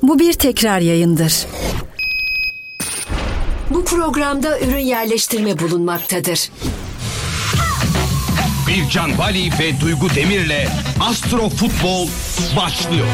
Bu bir tekrar yayındır. Bu programda ürün yerleştirme bulunmaktadır. Bircan Bali ve Duygu Demir'le Astro Futbol başlıyor.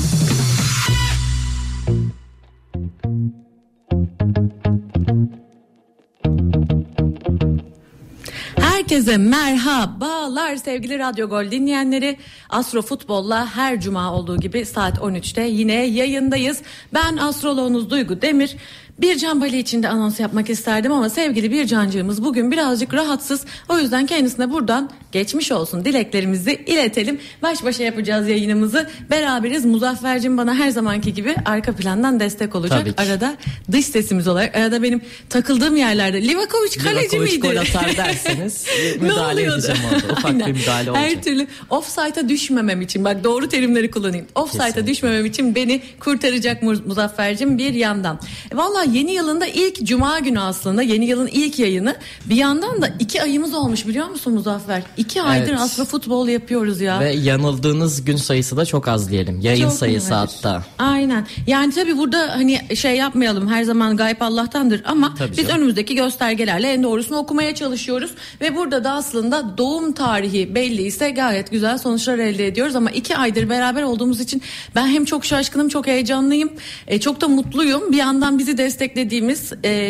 Herkese merhabalar sevgili Radyo Gol dinleyenleri. Astro Futbol'la her cuma olduğu gibi saat 13'te yine yayındayız. Ben astroloğunuz Duygu Demir. Bircan Bali için de anons yapmak isterdim ama sevgili Bircancığımız bugün birazcık rahatsız. O yüzden kendisine buradan geçmiş olsun dileklerimizi iletelim. Baş başa yapacağız yayınımızı. Beraberiz. Muzaffer'cim bana her zamanki gibi arka plandan destek olacak. Arada dış sesimiz olarak. Arada benim takıldığım yerlerde. Livakovic kaleci miydi? Livakovic gol atar derseniz müdahale edeceğim orada. Ufak bir müdahale olacak. Her türlü offside'a düşmemem için, bak doğru terimleri kullanayım. Offside'a düşmemem için beni kurtaracak Muzaffer'cim bir yandan. Vallahi yeni yılında ilk cuma günü aslında yeni yılın ilk yayını. Bir yandan da 2 ayımız olmuş biliyor musun Muzaffer? 2 aydır Astro Futbol yapıyoruz ya. Ve yanıldığınız gün sayısı da çok az diyelim. Yayın çok sayısı nadir. Hatta. Aynen. Yani tabii burada hani şey yapmayalım, her zaman gayb Allah'tandır ama tabii biz önümüzdeki göstergelerle en doğrusunu okumaya çalışıyoruz. Ve burada da aslında doğum tarihi belli ise gayet güzel sonuçlar elde ediyoruz. Ama 2 aydır beraber olduğumuz için ben hem çok şaşkınım, çok heyecanlıyım. Çok da mutluyum. Bir yandan bizi desteklediğimiz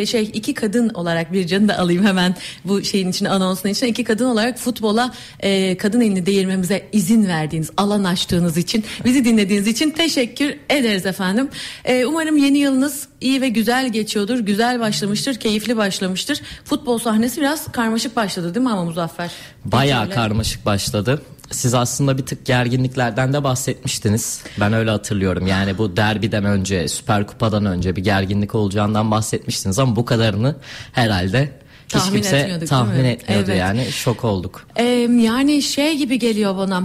2 kadın olarak, Bircan'ı da alayım hemen bu şeyin içine, anonsun içine. 2 kadın olarak futbola kadın elini değirmemize izin verdiğiniz, alan açtığınız için, bizi dinlediğiniz için teşekkür ederiz efendim. Umarım yeni yılınız iyi ve güzel geçiyordur. Güzel başlamıştır, keyifli başlamıştır. Futbol sahnesi biraz karmaşık başladı değil mi ama Muzaffer? Bayağı karmaşık başladı. Siz aslında bir tık gerginliklerden de bahsetmiştiniz. Ben öyle hatırlıyorum. Yani bu derbiden önce, Süper Kupa'dan önce bir gerginlik olacağından bahsetmiştiniz ama bu kadarını herhalde hiç kimse tahmin etmiyordu. Evet. Yani şok olduk. Yani şey gibi geliyor bana.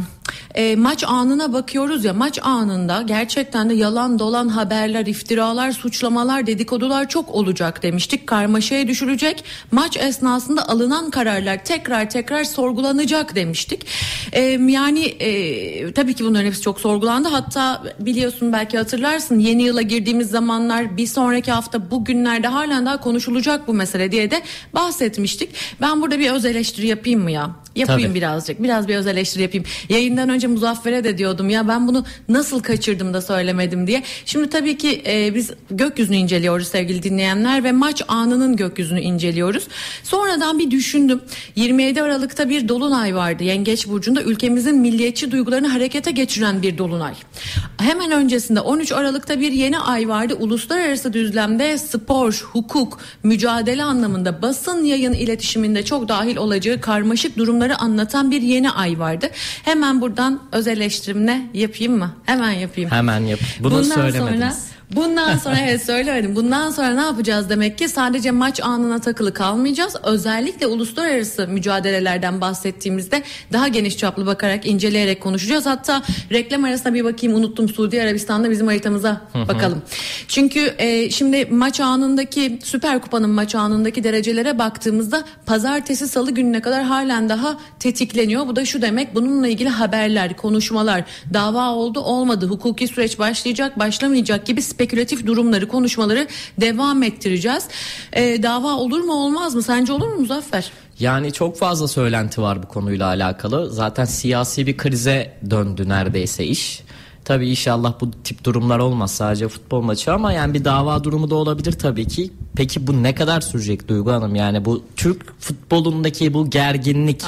Maç anına bakıyoruz ya, maç anında gerçekten de yalan dolan haberler, iftiralar, suçlamalar, dedikodular çok olacak demiştik. Karmaşaya düşülecek. Maç esnasında alınan kararlar tekrar sorgulanacak demiştik. Tabii ki bunların hepsi çok sorgulandı. Hatta biliyorsun, belki hatırlarsın, yeni yıla girdiğimiz zamanlar, bir sonraki hafta bugünlerde halen daha konuşulacak bu mesele diye de bahsetmiştik. Ben burada bir öz eleştiri yapayım mı ya? Yapayım tabii. Biraz bir öz eleştiri yapayım. Yayından önce Muzaffer'e de diyordum ya, ben bunu nasıl kaçırdım da söylemedim diye. Şimdi tabii ki biz gökyüzünü inceliyoruz sevgili dinleyenler ve maç anının gökyüzünü inceliyoruz. Sonradan bir düşündüm. 27 Aralık'ta bir dolunay vardı Yengeç burcunda, ülkemizin milliyetçi duygularını harekete geçiren bir dolunay. Hemen öncesinde 13 Aralık'ta bir yeni ay vardı. Uluslararası düzlemde spor, hukuk, mücadele anlamında basın yayın iletişiminde çok dahil olacağı karmaşık durumları anlatan bir yeni ay vardı. Hemen buradan öz eleştirimle yapayım mı? Hemen yapayım. Hemen yap. Bunu söylemediniz. Bundan sonra evet söylemedim. Bundan sonra ne yapacağız demek ki? Sadece maç anına takılı kalmayacağız. Özellikle uluslararası mücadelelerden bahsettiğimizde daha geniş çaplı bakarak, inceleyerek konuşacağız. Hatta reklam arasında bir bakayım, unuttum, Suudi Arabistan'da bizim haritamıza bakalım. Çünkü şimdi maç anındaki, Süper Kupa'nın maç anındaki derecelere baktığımızda pazartesi salı gününe kadar halen daha tetikleniyor. Bu da şu demek: bununla ilgili haberler, konuşmalar, dava oldu olmadı, hukuki süreç başlayacak başlamayacak gibi spekülatif durumları, konuşmaları devam ettireceğiz. Dava olur mu olmaz mı? Sence olur mu Muzaffer? Yani çok fazla söylenti var bu konuyla alakalı. Zaten siyasi bir krize döndü neredeyse iş. Tabii inşallah bu tip durumlar olmaz, sadece futbol maçı, ama yani bir dava durumu da olabilir tabii ki. Peki bu ne kadar sürecek Duygu Hanım? Yani bu Türk futbolundaki bu gerginlik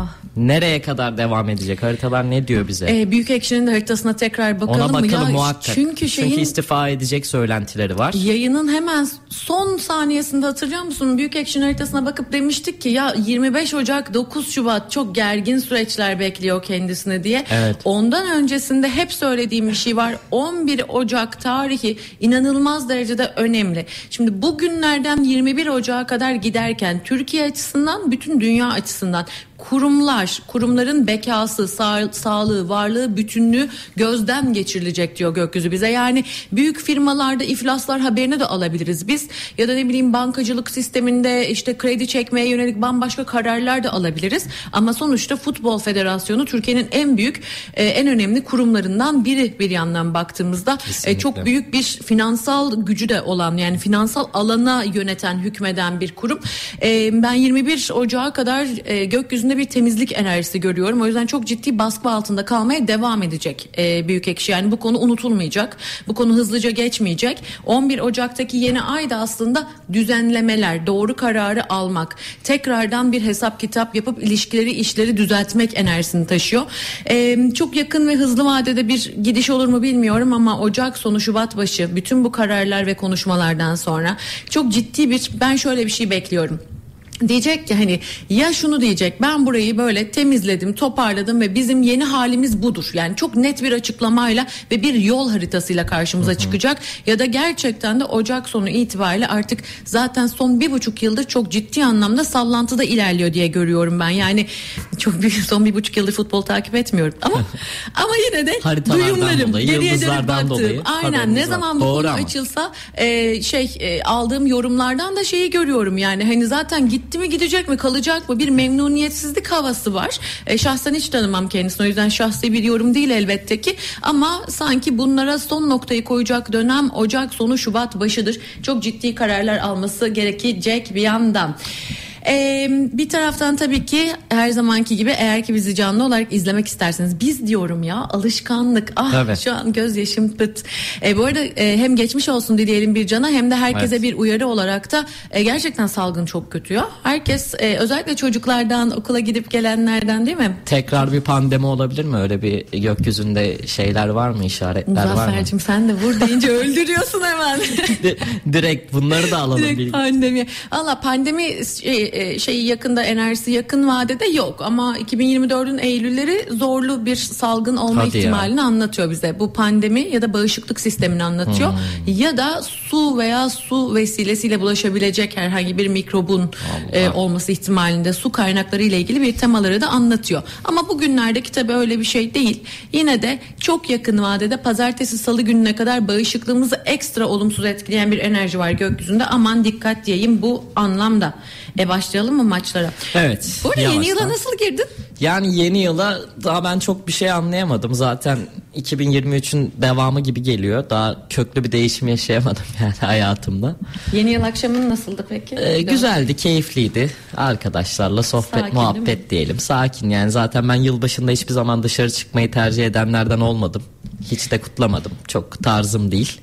nereye kadar devam edecek? Haritalar ne diyor bize? Büyükekşi'nin de haritasına tekrar bakalım mı? Ona bakalım ya, muhakkak. Çünkü istifa edecek söylentileri var. Yayının hemen son saniyesinde hatırlıyor musun? Büyükekşi'nin haritasına bakıp demiştik ki ya 25 Ocak 9 Şubat çok gergin süreçler bekliyor kendisini diye. Evet. Ondan öncesinde hep söylediğim bir şey var. 11 Ocak tarihi inanılmaz derecede önemli. Şimdi bugünlerden 21 Ocak'a kadar giderken Türkiye açısından, bütün dünya açısından kurumların bekası, sağlığı, varlığı, bütünlüğü gözden geçirilecek diyor gökyüzü bize. Yani büyük firmalarda iflaslar haberini de alabiliriz biz. Ya da ne bileyim bankacılık sisteminde işte kredi çekmeye yönelik bambaşka kararlar da alabiliriz. Ama sonuçta Futbol Federasyonu Türkiye'nin en büyük, en önemli kurumlarından biri bir yandan baktığımızda. Çok büyük bir finansal gücü de olan, yani finansal alana yöneten, hükmeden bir kurum. Ben 21 Ocağı kadar gökyüzünde bir temizlik enerjisi görüyorum. O yüzden çok ciddi baskı altında kalmaya devam edecek Büyükekşi. Yani bu konu unutulmayacak. Bu konu hızlıca geçmeyecek. 11 Ocak'taki yeni ay da aslında düzenlemeler, doğru kararı almak, tekrardan bir hesap kitap yapıp ilişkileri, işleri düzeltmek enerjisini taşıyor. Çok yakın ve hızlı vadede bir gidiş olur mu bilmiyorum ama Ocak sonu Şubat başı bütün bu kararlar ve konuşmalardan sonra çok ciddi ben şöyle bir şey bekliyorum. Diyecek ki hani ya şunu diyecek, ben burayı böyle temizledim, toparladım ve bizim yeni halimiz budur. Yani çok net bir açıklamayla ve bir yol haritasıyla karşımıza çıkacak. Ya da gerçekten de Ocak sonu itibariyle artık zaten son 1,5 yıldır çok ciddi anlamda sallantıda ilerliyor diye görüyorum ben. Yani çok büyük, son 1,5 yıldır futbol takip etmiyorum ama yine de duyumlarım, geriye dönüp baktığım, aynen ne zaman bu konu açılsa aldığım yorumlardan da şeyi görüyorum. Yani hani zaten gitti mi, gidecek mi, kalacak mı, bir memnuniyetsizlik havası var. Şahsen hiç tanımam kendisini, o yüzden şahsi bir yorum değil elbette ki, ama sanki bunlara son noktayı koyacak dönem Ocak sonu Şubat başıdır. Çok ciddi kararlar alması gerekecek bir yandan. Bir taraftan tabii ki her zamanki gibi, eğer ki bizi canlı olarak izlemek isterseniz, biz diyorum ya, alışkanlık, evet. Şu an gözyaşım pıt. Bu arada hem geçmiş olsun dileyelim bir cana, hem de herkese bir uyarı olarak da gerçekten salgın çok kötü ya. Herkes, özellikle çocuklardan, okula gidip gelenlerden, değil mi? Tekrar bir pandemi olabilir mi? Öyle bir gökyüzünde şeyler var mı, işaretler var mı? Muzaffer'cim sen de vur deyince öldürüyorsun hemen. Direkt bunları da alalım. Direkt pandemi. Valla pandemi yakında, enerjisi yakın vadede yok, ama 2024'ün Eylülleri zorlu bir salgın olma ihtimalini anlatıyor bize. Bu pandemi ya da bağışıklık sistemini anlatıyor. Ya da su veya su vesilesiyle bulaşabilecek herhangi bir mikrobun olması ihtimalinde, su kaynakları ile ilgili bir temaları da anlatıyor. Ama bugünlerdeki tabii öyle bir şey değil. Yine de çok yakın vadede pazartesi salı gününe kadar bağışıklığımızı ekstra olumsuz etkileyen bir enerji var gökyüzünde. Aman dikkat diyeyim bu anlamda. Başlayalım mı maçlara? Evet. Bu arada yeni yıla nasıl girdin? Yani yeni yıla daha ben çok bir şey anlayamadım. Zaten 2023'ün devamı gibi geliyor. Daha köklü bir değişim yaşayamadım yani hayatımda. Yeni yıl akşamın nasıldı peki? Güzeldi, keyifliydi. Arkadaşlarla sohbet, sakin, muhabbet diyelim. Sakin yani, zaten ben yılbaşında hiçbir zaman dışarı çıkmayı tercih edenlerden olmadım. Hiç de kutlamadım. Çok tarzım değil.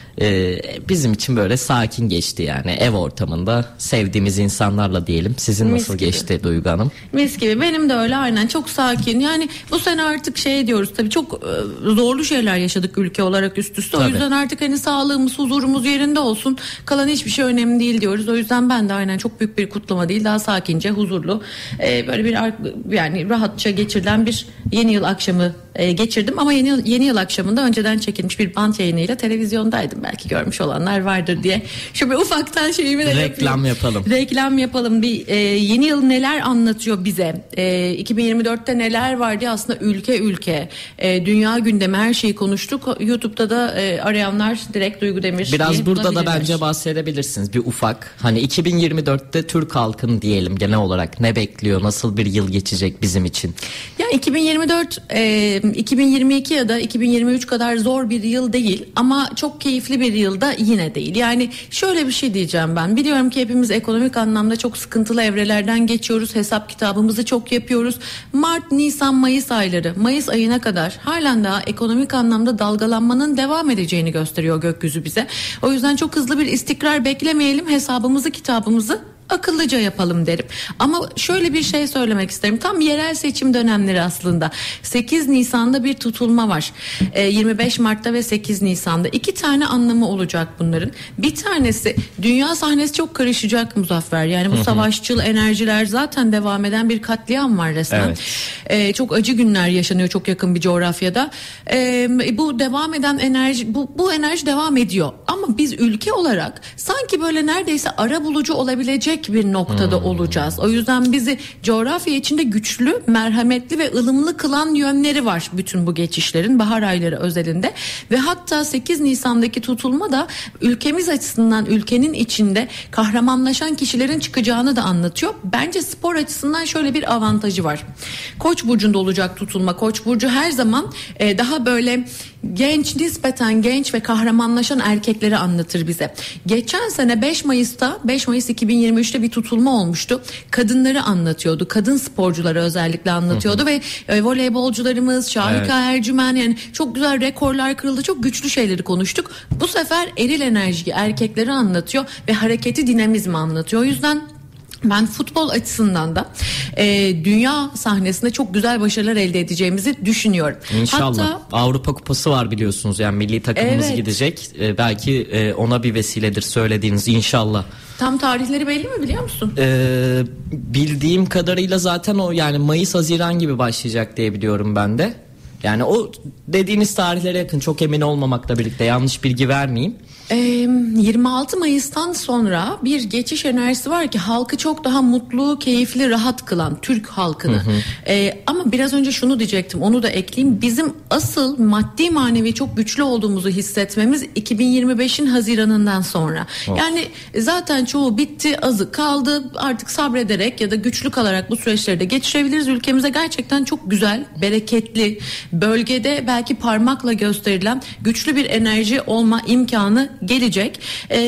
Bizim için böyle sakin geçti yani, ev ortamında sevdiğimiz insanlarla diyelim. Sizin nasıl geçti Duygu Hanım? Mis gibi, benim de öyle, aynen, çok sakin. Yani bu sene artık diyoruz tabii, çok zorlu şeyler yaşadık ülke olarak üst üste. O yüzden artık hani sağlığımız, huzurumuz yerinde olsun, kalan hiçbir şey önemli değil diyoruz. O yüzden ben de aynen çok büyük bir kutlama değil, daha sakince, huzurlu, böyle bir yani rahatça geçirilen bir yeni yıl akşamı geçirdim. Ama yeni yıl akşamında önceden çekilmiş bir bant yayınıyla televizyondaydım. Belki görmüş olanlar vardır diye. Şu bir ufaktan şeyimi de reklam yapalım. Reklam yapalım. Bir yeni yıl neler anlatıyor bize? 2024'te neler var diye aslında ülke dünya gündemi, her şeyi konuştuk. YouTube'da da arayanlar direkt Duygu Demir. Biraz burada da bence bahsedebilirsiniz. Bir ufak. Hani 2024'te Türk halkını diyelim genel olarak ne bekliyor? Nasıl bir yıl geçecek bizim için? Ya 2024 2022 ya da 2023 kadar zor bir yıl değil, ama çok keyifli bir yılda yine değil. Yani şöyle bir şey diyeceğim ben. Biliyorum ki hepimiz ekonomik anlamda çok sıkıntılı evrelerden geçiyoruz. Hesap kitabımızı çok yapıyoruz. Mart, Nisan, Mayıs ayları, Mayıs ayına kadar halen daha ekonomik anlamda dalgalanmanın devam edeceğini gösteriyor gökyüzü bize. O yüzden çok hızlı bir istikrar beklemeyelim. Hesabımızı, kitabımızı akıllıca yapalım derim. Ama şöyle bir şey söylemek isterim. Tam yerel seçim dönemleri aslında. 8 Nisan'da bir tutulma var. 25 Mart'ta ve 8 Nisan'da. 2 tane anlamı olacak bunların. Bir tanesi, dünya sahnesi çok karışacak Muzaffer. Yani bu savaşçıl enerjiler, zaten devam eden bir katliam var resmen. Evet. Çok acı günler yaşanıyor çok yakın bir coğrafyada. Bu devam eden enerji, bu enerji devam ediyor. Ama Ama biz ülke olarak sanki böyle neredeyse arabulucu olabilecek bir noktada olacağız. O yüzden bizi coğrafya içinde güçlü, merhametli ve ılımlı kılan yönleri var bütün bu geçişlerin, bahar ayları özelinde. Ve hatta 8 Nisan'daki tutulma da ülkemiz açısından ülkenin içinde kahramanlaşan kişilerin çıkacağını da anlatıyor. Bence spor açısından şöyle bir avantajı var. Koç burcunda olacak tutulma. Koç burcu her zaman daha böyle genç, nispeten genç ve kahramanlaşan erkekleri anlatır bize. Geçen sene 5 Mayıs 2023'te bir tutulma olmuştu. Kadınları anlatıyordu. Kadın sporcuları özellikle anlatıyordu ve voleybolcularımız, Şahika Ercümen, yani çok güzel rekorlar kırıldı. Çok güçlü şeyleri konuştuk. Bu sefer eril enerjiyi, erkekleri anlatıyor ve hareketi, dinamizmi anlatıyor. O yüzden ben futbol açısından da dünya sahnesinde çok güzel başarılar elde edeceğimizi düşünüyorum. İnşallah. Hatta Avrupa Kupası var biliyorsunuz, yani milli takımımız gidecek. Belki ona bir vesiledir söylediğiniz, inşallah. Tam tarihleri belli mi, biliyor musun? Bildiğim kadarıyla zaten o, yani Mayıs-Haziran gibi başlayacak diye biliyorum ben de. Yani o dediğiniz tarihlere yakın, çok emin olmamakla birlikte yanlış bilgi vermeyeyim. 26 Mayıs'tan sonra bir geçiş enerjisi var ki halkı çok daha mutlu, keyifli, rahat kılan, Türk halkını. Ama biraz önce şunu diyecektim, onu da ekleyeyim. Bizim asıl maddi manevi çok güçlü olduğumuzu hissetmemiz 2025'in Haziran'ından sonra. Yani zaten çoğu bitti, azı kaldı. Artık sabrederek ya da güçlü kalarak bu süreçleri de geçirebiliriz. Ülkemize gerçekten çok güzel, bereketli, bölgede belki parmakla gösterilen güçlü bir enerji olma imkanı gelecek.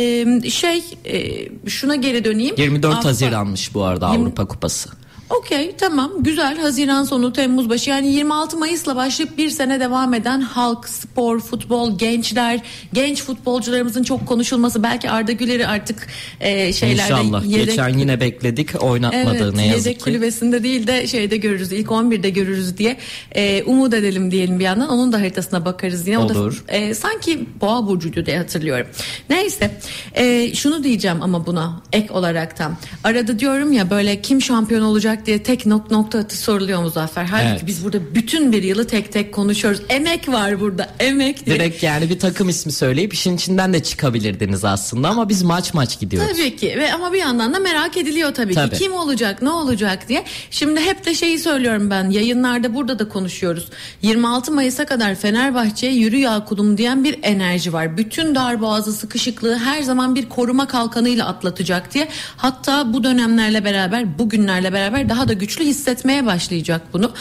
Şuna geri döneyim. 24 Haziran'mış bu arada Avrupa Kupası. Okey, tamam, güzel. Haziran sonu, Temmuz başı, yani 26 Mayıs'la başlayıp bir sene devam eden halk, spor, futbol, gençler, genç futbolcularımızın çok konuşulması, belki Arda Güler'i artık şeylerde İnşallah. Geçen yine bekledik, oynatmadı ne yazık ki. Yedek kulübesinde değil de şeyde görürüz, ilk 11'de görürüz diye umut edelim diyelim bir yandan. Onun da haritasına bakarız yine. Olur. O da sanki Boğa burcuydu diye hatırlıyorum. Neyse, şunu diyeceğim ama buna ek olaraktan. Arada diyorum ya, böyle kim şampiyon olacak diye tek nokta atışı soruluyor Muzaffer. Halbuki biz burada bütün bir yılı tek tek konuşuyoruz. Emek var burada, emek diye. Direkt yani bir takım ismi söyleyip işin içinden de çıkabilirdiniz aslında, ama biz maç gidiyoruz. Tabii ki, ve ama bir yandan da merak ediliyor tabii ki. Kim olacak, ne olacak diye. Şimdi hep de şeyi söylüyorum ben, yayınlarda burada da konuşuyoruz. 26 Mayıs'a kadar Fenerbahçe'ye yürü ya kulum diyen bir enerji var. Bütün darboğazı, sıkışıklığı her zaman bir koruma kalkanıyla atlatacak diye. Hatta bu dönemlerle beraber, bugünlerle beraber daha da güçlü hissetmeye başlayacak bunu.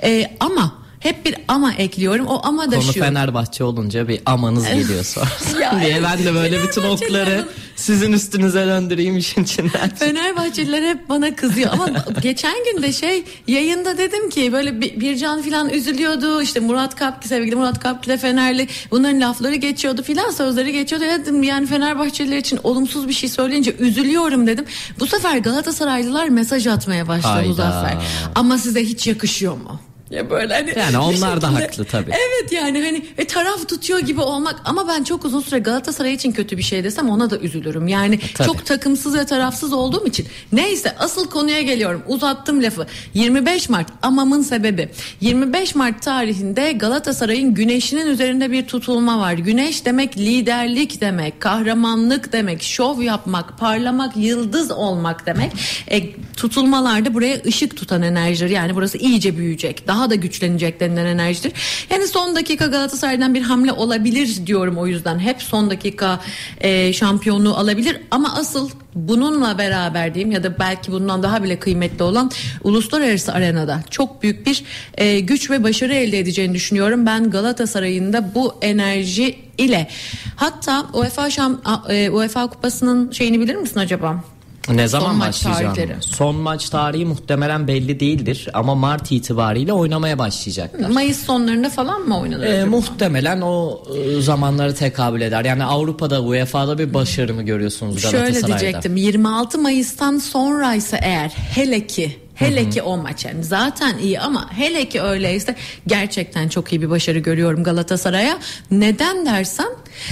Ama hep bir ama ekliyorum. O ama da konu şu. Fenerbahçe olunca bir amanız geliyor sonra. diye ben de böyle bütün okları sizin üstünüze döndüreyim işin içinden. Fenerbahçeliler hep bana kızıyor ama geçen gün de yayında dedim ki böyle Bircan filan üzülüyordu, işte sevgili Murat Kapki de Fenerli, bunların lafları geçiyordu filan, sözleri geçiyordu. Dedim yani Fenerbahçeliler için olumsuz bir şey söyleyince üzülüyorum dedim. Bu sefer Galatasaraylılar mesaj atmaya başladı Muzaffer. Ama size hiç yakışıyor mu? Ya böyle hani yani onlar da haklı tabii. Evet, yani hani taraf tutuyor gibi olmak, ama ben çok uzun süre Galatasaray için kötü bir şey desem ona da üzülürüm. Yani çok takımsız ve tarafsız olduğum için. Neyse, asıl konuya geliyorum. Uzattım lafı. 25 Mart amamın sebebi. 25 Mart tarihinde Galatasaray'ın güneşinin üzerinde bir tutulma var. Güneş demek liderlik demek, kahramanlık demek, şov yapmak, parlamak, yıldız olmak demek. Tutulmalarda buraya ışık tutan enerjiler. Yani burası iyice büyüyecek, daha da güçlenecek denilen enerjidir. Yani son dakika Galatasaray'dan bir hamle olabilir diyorum, o yüzden hep son dakika şampiyonluğu alabilir, ama asıl bununla beraber diyeyim, ya da belki bundan daha bile kıymetli olan uluslararası arenada çok büyük bir güç ve başarı elde edeceğini düşünüyorum ben Galatasaray'ın da bu enerji ile. Hatta UEFA Kupası'nın şeyini bilir misin acaba? Ne zaman başlayacağını? Son maç tarihi muhtemelen belli değildir ama Mart itibariyle oynamaya başlayacaklar. Mayıs sonlarında falan mı oynanır? Muhtemelen o zamanları tekabül eder. Yani Avrupa'da, UEFA'da bir başarı mı görüyorsunuz Galatasaray'da? Şöyle diyecektim, 26 Mayıs'tan sonraysa eğer, hele ki o maç, yani zaten iyi ama hele ki öyleyse gerçekten çok iyi bir başarı görüyorum Galatasaray'a. Neden dersen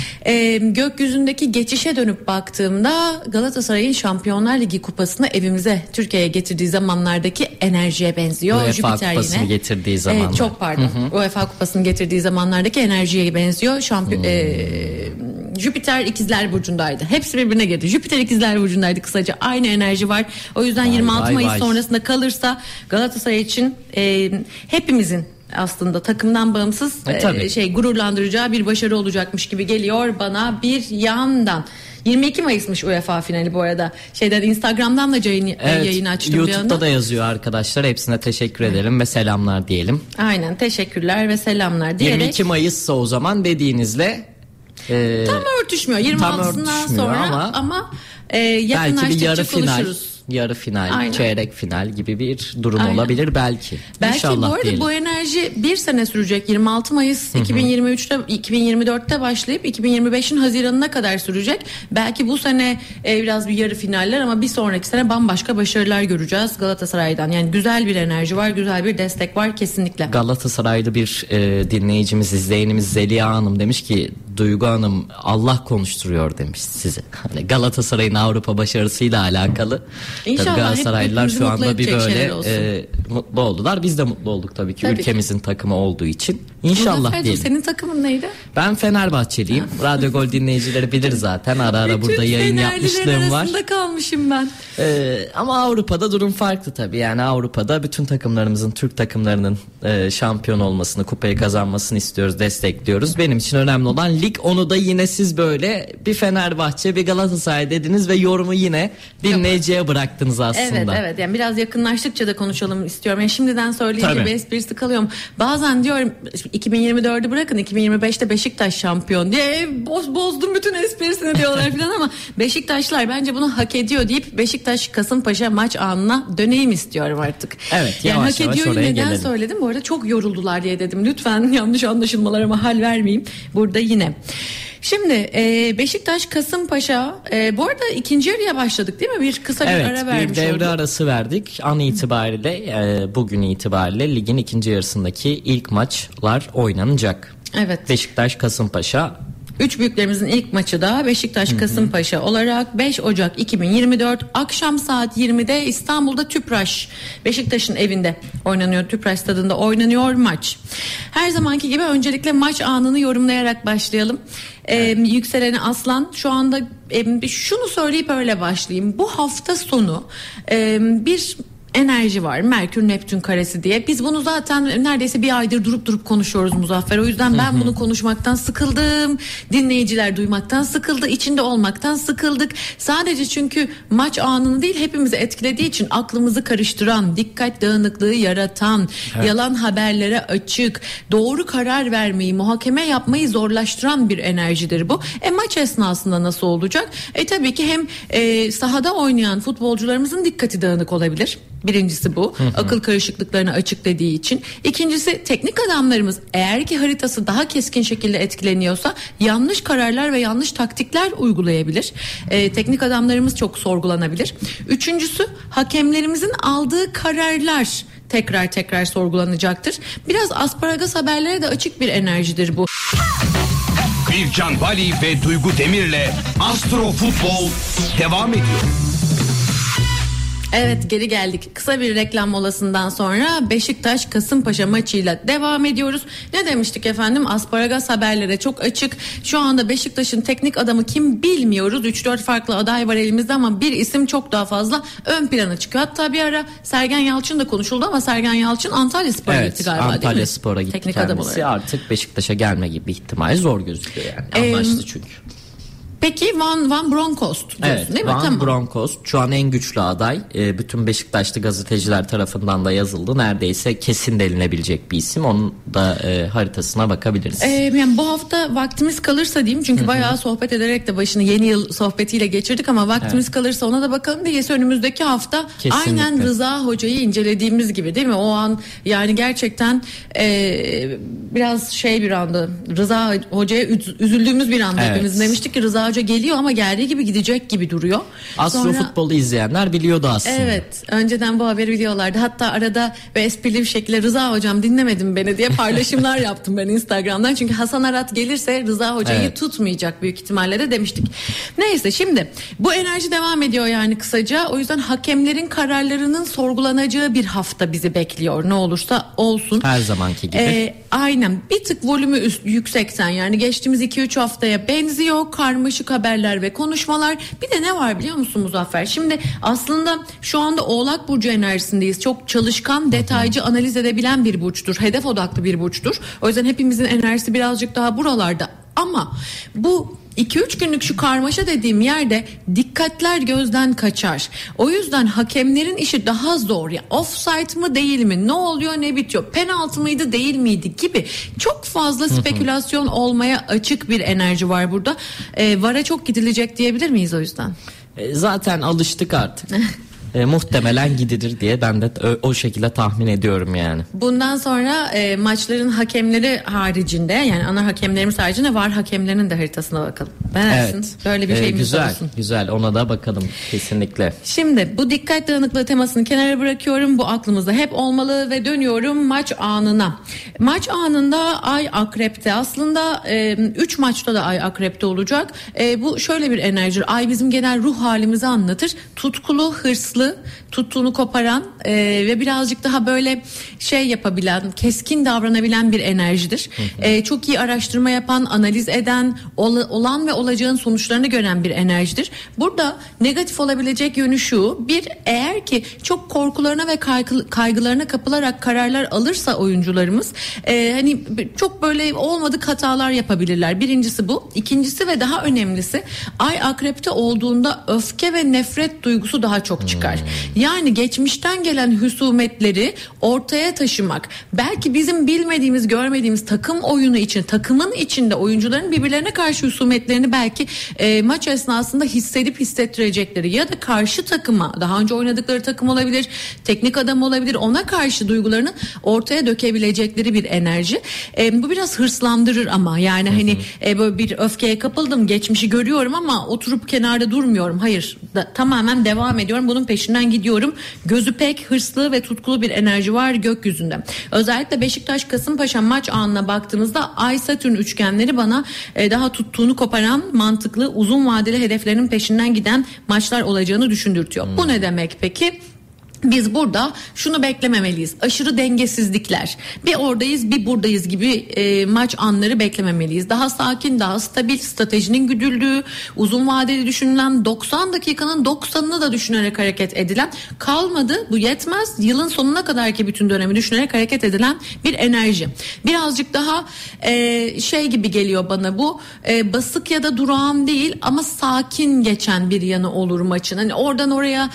gökyüzündeki geçişe dönüp baktığımda Galatasaray'ın Şampiyonlar Ligi kupasını evimize, Türkiye'ye getirdiği zamanlardaki enerjiye benziyor. UEFA kupasını getirdiği zamanlar. Çok pardon. UEFA kupasını getirdiği zamanlardaki enerjiye benziyor. Jüpiter ikizler burcundaydı. Hepsi birbirine girdi. Jüpiter ikizler burcundaydı kısaca. Aynı enerji var. O yüzden 26 Mayıs sonrasında kalırsa Galatasaray için hepimizin aslında takımdan bağımsız gururlandıracağı bir başarı olacakmış gibi geliyor bana bir yandan. 22 Mayıs'mış UEFA finali bu arada. Instagram'dan da yayın açtım bir anda. YouTube'da da yazıyor arkadaşlar. Hepsine teşekkür ederim ve selamlar diyelim. Aynen, teşekkürler ve selamlar diyerek. 22 Mayıs'sa o zaman dediğinizle tam örtüşmüyor. 26'sından sonra ama belki bir yarı final. konuşuruz. Yarı final, aynen, çeyrek final gibi bir durum aynen olabilir belki. Belki İnşallah bu arada diyelim. Bu enerji bir sene sürecek. 26 Mayıs 2024'te başlayıp 2025'in Haziran'ına kadar sürecek. Belki bu sene biraz bir yarı finaller ama bir sonraki sene bambaşka başarılar göreceğiz Galatasaray'dan. Yani güzel bir enerji var, güzel bir destek var kesinlikle. Galatasaraylı bir dinleyicimiz, izleyenimiz Zeliha Hanım demiş ki Duygu Hanım Allah konuşturuyor demiş sizi. Hani Galatasaray'ın Avrupa başarısıyla alakalı. İnşallah tabii Galatasaraylılar şu anda bir böyle mutlu oldular. Biz de mutlu olduk tabii ki ülkemizin takımı olduğu için. İnşallah diyelim. Senin takımın neydi? Ben Fenerbahçeliyim. Radyo Gol dinleyicileri bilir zaten. Ara ara burada yayın yapmışlığım var. Arasında kalmışım ben. Ama Avrupa'da durum farklı tabii. Yani Avrupa'da bütün takımlarımızın, Türk takımlarının şampiyon olmasını, kupayı kazanmasını istiyoruz, destekliyoruz. Benim için önemli olan lig. Onu da yine siz böyle bir Fenerbahçe, bir Galatasaray dediniz ve yorumu yine dinleyiciye bıraktınız aslında. Evet. Yani biraz yakınlaştıkça da konuşalım istiyorum. Yani şimdiden söyleyince bir esprisi kalıyorum. Bazen diyorum 2024'ü bırakın 2025'te Beşiktaş şampiyon diye bozdum bütün esprisini diyorlar falan ama Beşiktaşlar bence bunu hak ediyor deyip Beşiktaş Kasımpaşa maç anına döneyim istiyorum artık. Evet, yani yavaş hak ediyor neden gelelim. Söyledim. Bu arada çok yoruldular diye dedim. Lütfen yanlış anlaşılmalara mahal vermeyeyim burada yine. Şimdi Beşiktaş Kasımpaşa bu arada ikinci yarıya başladık değil mi? Bir kısa bir ara vermiş olduk. Evet, bir devre olduk. arası verdik. An itibariyle bugün itibariyle ligin ikinci yarısındaki ilk maçlar oynanacak. Evet. Beşiktaş Kasımpaşa. Üç büyüklerimizin ilk maçı da Beşiktaş Kasımpaşa olarak 5 Ocak 2024 akşam saat 20'de İstanbul'da Tüpraş, Beşiktaş'ın evinde oynanıyor. Tüpraş stadında oynanıyor maç. Her zamanki gibi öncelikle maç anını yorumlayarak başlayalım. Yükseleni Aslan şu anda şunu söyleyip öyle başlayayım. Bu hafta sonu bir enerji var. Merkür Neptün karesi diye. Biz bunu zaten neredeyse bir aydır durup konuşuyoruz Muzaffer. O yüzden ben bunu konuşmaktan sıkıldım. Dinleyiciler duymaktan sıkıldı. İçinde olmaktan sıkıldık. Sadece çünkü maç anını değil hepimizi etkilediği için aklımızı karıştıran, dikkat dağınıklığı yaratan, yalan haberlere açık, doğru karar vermeyi, muhakeme yapmayı zorlaştıran bir enerjidir bu. Maç esnasında nasıl olacak? Tabii ki hem sahada oynayan futbolcularımızın dikkati dağınık olabilir. Birincisi bu. Akıl karışıklıklarını açıkladığı için. İkincisi teknik adamlarımız eğer ki haritası daha keskin şekilde etkileniyorsa yanlış kararlar ve yanlış taktikler uygulayabilir. Teknik adamlarımız çok sorgulanabilir. Üçüncüsü hakemlerimizin aldığı kararlar tekrar sorgulanacaktır. Biraz asparagas haberlere de açık bir enerjidir bu. Bircan Bali ve Duygu Demir'le Astro Futbol devam ediyor. Evet, geri geldik. Kısa bir reklam molasından sonra Beşiktaş Kasımpaşa maçıyla devam ediyoruz. Ne demiştik efendim? Asparagas haberlere çok açık. Şu anda Beşiktaş'ın teknik adamı kim bilmiyoruz. 3-4 farklı aday var elimizde ama bir isim çok daha fazla ön plana çıkıyor. Hatta bir ara Sergen Yalçın da konuşuldu ama Sergen Yalçın Antalyaspor'a gitti galiba, değil mi? Antalyaspor'a gitti teknik kendisi. Artık Beşiktaş'a gelme gibi ihtimali zor gözüküyor yani. Anlaştı çünkü. Peki Van Bronckhorst diyorsun değil mi? Van Bronckhorst şu an en güçlü aday. Bütün Beşiktaşlı gazeteciler tarafından da yazıldı. Neredeyse kesin delinebilecek bir isim. Onun da haritasına bakabiliriz. Yani bu hafta vaktimiz kalırsa diyeyim. Çünkü bayağı sohbet ederek de başını yeni yıl sohbetiyle geçirdik ama vaktimiz kalırsa ona da bakalım. Diyese önümüzdeki hafta kesinlikle aynen Rıza Hoca'yı incelediğimiz gibi değil mi? O an yani gerçekten biraz bir anda Rıza Hoca'ya üzüldüğümüz bir anda hepimiz demiştik ki Rıza Rıza Hoca geliyor ama geldiği gibi gidecek gibi duruyor. Astro futbolu izleyenler biliyordu aslında. Evet, önceden bu haberi biliyorlardı. Hatta arada ve esprili bir şekilde Rıza Hocam dinlemedin beni diye paylaşımlar yaptım ben Instagram'dan. Çünkü Hasan Arat gelirse Rıza Hoca'yı tutmayacak büyük ihtimalle de demiştik. Neyse, şimdi bu enerji devam ediyor yani kısaca. O yüzden hakemlerin kararlarının sorgulanacağı bir hafta bizi bekliyor. Ne olursa olsun. Her zamanki gibi. Aynen, bir tık volümü yüksekten, yani geçtiğimiz 2-3 haftaya benziyor. Karmaşık haberler ve konuşmalar. Bir de ne var biliyor musun Muzaffer? Şimdi aslında şu anda Oğlak Burcu enerjisindeyiz. Çok çalışkan, detaycı, analiz edebilen bir burçtur. Hedef odaklı bir burçtur. O yüzden hepimizin enerjisi birazcık daha buralarda. Ama bu 2-3 günlük şu karmaşa dediğim yerde dikkatler gözden kaçar. O yüzden hakemlerin işi daha zor. Ya offside mı değil mi? Ne oluyor ne bitiyor? Penaltı mıydı değil miydi gibi çok fazla spekülasyon olmaya açık bir enerji var burada. VAR'a çok gidilecek diyebilir miyiz o yüzden? Zaten alıştık artık. Muhtemelen gidilir diye ben de o şekilde tahmin ediyorum yani. Bundan sonra maçların hakemleri haricinde, yani ana hakemlerimiz haricinde VAR hakemlerinin de haritasına bakalım. Evet. Böyle bir şeyimiz güzel, olsun. Güzel, ona da bakalım kesinlikle. Şimdi bu dikkat dağınıklığı temasını kenara bırakıyorum. Bu aklımızda hep olmalı ve dönüyorum maç anına. Maç anında Ay Akrep'te. Aslında 3 maçta da Ay Akrep'te olacak. Bu şöyle bir enerji. Ay bizim genel ruh halimizi anlatır. Tutkulu, hırslı, tuttuğunu koparan ve birazcık daha böyle yapabilen, keskin davranabilen bir enerjidir. Çok iyi araştırma yapan, analiz eden, olan ve olacağın sonuçlarını gören bir enerjidir. Burada negatif olabilecek yönü şu: bir, eğer ki çok korkularına ve kaygılarına kapılarak kararlar alırsa oyuncularımız hani çok böyle olmadık hatalar yapabilirler. Birincisi bu. İkincisi ve daha önemlisi, Ay Akrep'te olduğunda öfke ve nefret duygusu daha çok çıkar. Yani geçmişten gelen husumetleri ortaya taşımak, belki bizim bilmediğimiz, görmediğimiz takım oyunu için, takımın içinde oyuncuların birbirlerine karşı husumetlerini belki maç esnasında hissedip hissettirecekleri ya da karşı takıma, daha önce oynadıkları takım olabilir, teknik adam olabilir, ona karşı duygularını ortaya dökebilecekleri bir enerji. Bu biraz hırslandırır ama yani hani böyle bir öfkeye kapıldım, geçmişi görüyorum ama oturup kenarda durmuyorum. Hayır, tamamen devam ediyorum. Bunun peşinden gidiyorum. Gözü pek hırslı ve tutkulu bir enerji var gökyüzünde. Özellikle Beşiktaş Kasımpaşa maç anına baktığımızda Ay Satürn üçgenleri bana daha tuttuğunu koparan, mantıklı, uzun vadeli hedeflerin peşinden giden maçlar olacağını düşündürtüyor. Bu ne demek peki? Biz burada şunu beklememeliyiz: aşırı dengesizlikler, bir oradayız bir buradayız gibi maç anları beklememeliyiz. Daha sakin, daha stabil, stratejinin güdüldüğü, uzun vadeli düşünülen, 90 dakikanın 90'ını da düşünerek hareket edilen, kalmadı bu yetmez, yılın sonuna kadarki bütün dönemi düşünerek hareket edilen bir enerji. Birazcık daha gibi geliyor bana bu, basık ya da durağan değil ama sakin geçen bir yanı olur maçın. Hani oradan oraya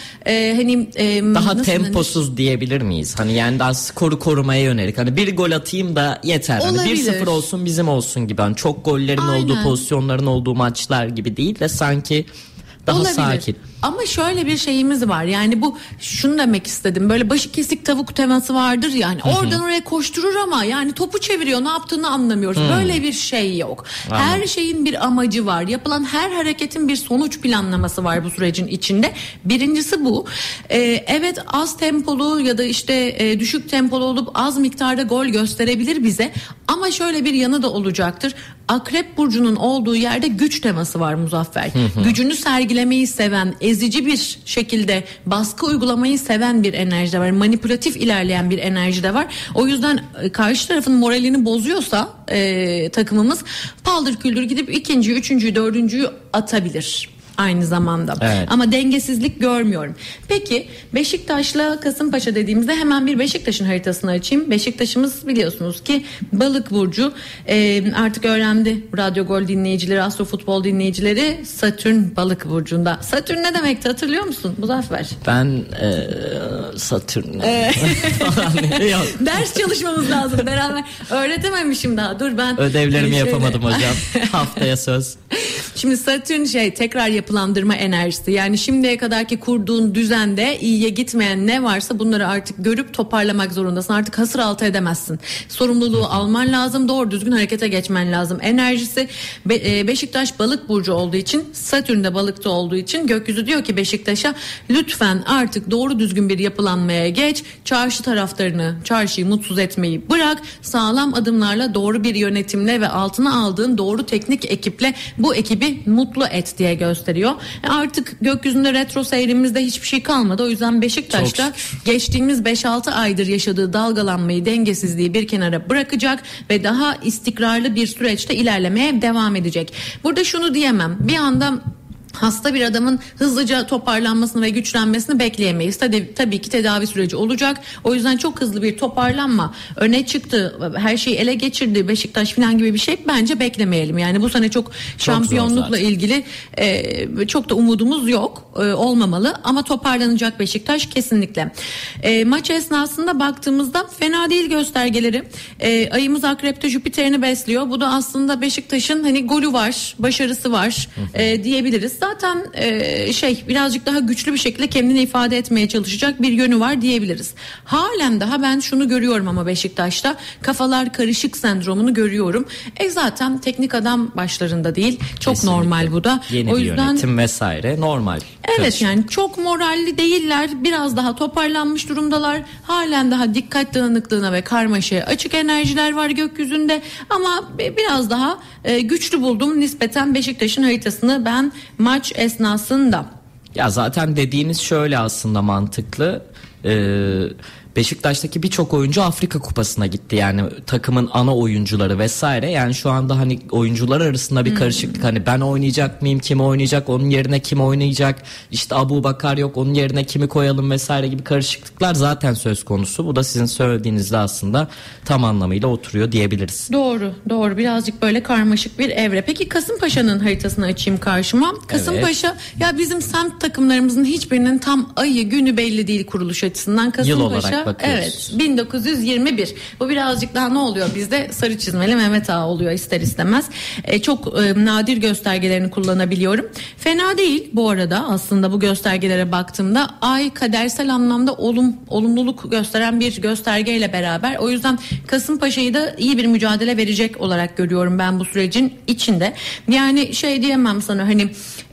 daha temposuz diyebilir miyiz? Hani yani daha skoru korumaya yönelik. Hani bir gol atayım da yeter. Hani 1-0 olsun bizim olsun gibi. Hani çok gollerin olduğu, pozisyonların olduğu maçlar gibi değil de sanki daha sakin. Ama şöyle bir şeyimiz var. Yani bu, şunu demek istedim. Böyle başı kesik tavuk teması vardır yani. Oradan oraya koşturur ama yani topu çeviriyor, ne yaptığını anlamıyoruz. Böyle bir şey yok. Anladım. Her şeyin bir amacı var. Yapılan her hareketin bir sonuç planlaması var bu sürecin içinde. Birincisi bu. Evet, az tempolu ya da düşük tempolu olup az miktarda gol gösterebilir bize. Ama şöyle bir yanı da olacaktır. Akrep burcunun olduğu yerde güç teması var Muzaffer. Gücünü sergilemeyi seven, ezici bir şekilde baskı uygulamayı seven bir enerji de var. Manipülatif ilerleyen bir enerji de var. O yüzden karşı tarafın moralini bozuyorsa takımımız paldır küldür gidip ikinciyi, üçüncüyü, dördüncüyü atabilir. Aynı zamanda. Evet. Ama dengesizlik görmüyorum. Peki Beşiktaş'la Kasımpaşa dediğimizde hemen bir Beşiktaş'ın haritasını açayım. Beşiktaş'ımız biliyorsunuz ki Balık burcu. Artık öğrendi Radyo Gol dinleyicileri, Astro Futbol dinleyicileri, Satürn Balık burcunda. Satürn ne demekti, hatırlıyor musun Muzaffer? Ben Satürn. Ders çalışmamız lazım beraber. Öğretememişim daha. Dur ben. Ödevlerimi yapamadım hocam. Haftaya söz. Şimdi Satürn tekrar yapılandırma enerjisi. Yani şimdiye kadarki kurduğun düzende iyiye gitmeyen ne varsa bunları artık görüp toparlamak zorundasın. Artık hasır altı edemezsin. Sorumluluğu alman lazım. Doğru düzgün harekete geçmen lazım. Enerjisi Beşiktaş balık burcu olduğu için, Satürn de balıkta olduğu için gökyüzü diyor ki Beşiktaş'a lütfen artık doğru düzgün bir yapılanmaya geç. Çarşıyı mutsuz etmeyi bırak. Sağlam adımlarla, doğru bir yönetimle ve altına aldığın doğru teknik ekiple bu ekibi mutlu et diye gösteriyor. Artık gökyüzünde retro seyrimizde hiçbir şey kalmadı. O yüzden Beşiktaş'ta geçtiğimiz 5-6 aydır yaşadığı dalgalanmayı, dengesizliği bir kenara bırakacak ve daha istikrarlı bir süreçte ilerlemeye devam edecek. Burada şunu diyemem. Bir anda hasta bir adamın hızlıca toparlanmasını ve güçlenmesini bekleyemeyiz. Tabii ki tedavi süreci olacak. O yüzden çok hızlı bir toparlanma, öne çıktı, her şeyi ele geçirdi Beşiktaş falan gibi bir şey bence beklemeyelim. Yani bu sene çok şampiyonlukla ilgili çok da umudumuz yok. Olmamalı ama toparlanacak Beşiktaş kesinlikle. Maç esnasında baktığımızda fena değil göstergeleri. Ayımız Akrep'te Jüpiter'ini besliyor. Bu da aslında Beşiktaş'ın hani golü var, başarısı var diyebiliriz. Zaten birazcık daha güçlü bir şekilde kendini ifade etmeye çalışacak bir yönü var diyebiliriz. Halen daha ben şunu görüyorum ama Beşiktaş'ta kafalar karışık sendromunu görüyorum. Zaten teknik adam başlarında değil. Çok kesinlikle normal bu da. Yeni o yüzden, bir yönetim vesaire normal. Evet karışık. Yani çok moralli değiller. Biraz daha toparlanmış durumdalar. Halen daha dikkat dağınıklığına ve karmaşaya açık enerjiler var gökyüzünde. Ama biraz daha güçlü buldum nispeten Beşiktaş'ın haritasını ben maç esnasında. Ya zaten dediğiniz şöyle aslında mantıklı. Beşiktaş'taki birçok oyuncu Afrika Kupası'na gitti. Yani takımın ana oyuncuları vesaire. Yani şu anda hani oyuncular arasında bir karışıklık. Hani ben oynayacak mıyım? Kim oynayacak? Onun yerine kim oynayacak? İşte Abubakar yok. Onun yerine kimi koyalım vesaire gibi karışıklıklar zaten söz konusu. Bu da sizin söylediğinizde aslında tam anlamıyla oturuyor diyebiliriz. Doğru. Birazcık böyle karmaşık bir evre. Peki Kasımpaşa'nın haritasını açayım karşıma. Kasımpaşa ya bizim semt takımlarımızın hiçbirinin tam ayı günü belli değil kuruluş açısından. Kasımpaşa yıl olarak bakıyoruz. Evet, 1921. Bu birazcık daha ne oluyor? Bizde sarı çizmeli Mehmet Ağa oluyor ister istemez. Çok nadir göstergelerini kullanabiliyorum. Fena değil bu arada aslında bu göstergelere baktığımda. Ay kadersel anlamda olumluluk gösteren bir göstergeyle beraber. O yüzden Kasımpaşa'yı da iyi bir mücadele verecek olarak görüyorum ben bu sürecin içinde. Yani diyemem sana hani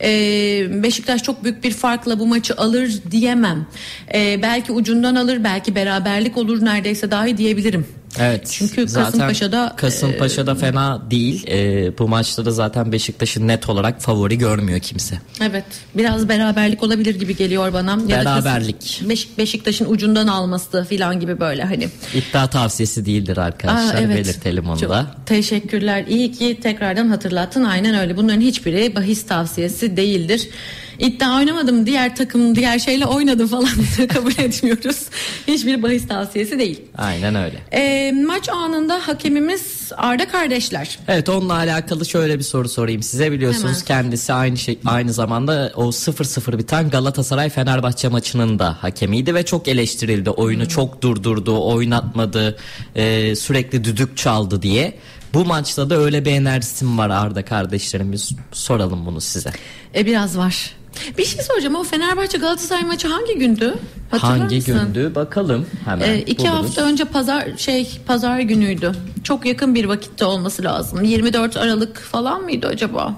Beşiktaş çok büyük bir farkla bu maçı alır diyemem. Belki ucundan alır, belki beraberlik olur neredeyse dahi diyebilirim. Evet. Çünkü Kasımpaşa'da fena değil. Bu maçta da zaten Beşiktaş'ı net olarak favori görmüyor kimse. Evet. Biraz beraberlik olabilir gibi geliyor bana. Beraberlik. Ya da Beşiktaş'ın ucundan alması falan gibi böyle hani. İddia tavsiyesi değildir arkadaşlar. Evet. Belirtelim onu çok da. Teşekkürler. İyi ki tekrardan hatırlattın. Aynen öyle. Bunların hiçbiri bahis tavsiyesi değildir. İddia oynamadım, diğer şeyle oynadım falan kabul etmiyoruz. Hiçbir bahis tavsiyesi değil. Aynen öyle. Maç anında hakemimiz Arda kardeşler. Evet, onunla alakalı şöyle bir soru sorayım size. Biliyorsunuz kendisi aynı zamanda o 0-0 biten Galatasaray Fenerbahçe maçının da hakemiydi ve çok eleştirildi. Oyunu çok durdurdu, oynatmadı, sürekli düdük çaldı diye. Bu maçta da öyle bir enerjisi mi var Arda kardeşlerimiz? Soralım bunu size. Biraz var. Bir şey soracağım, o Fenerbahçe Galatasaray maçı hangi gündü? Hangi gündü? Bakalım hemen. 2 hafta önce pazar günüydü. Çok yakın bir vakitte olması lazım. 24 Aralık falan mıydı acaba?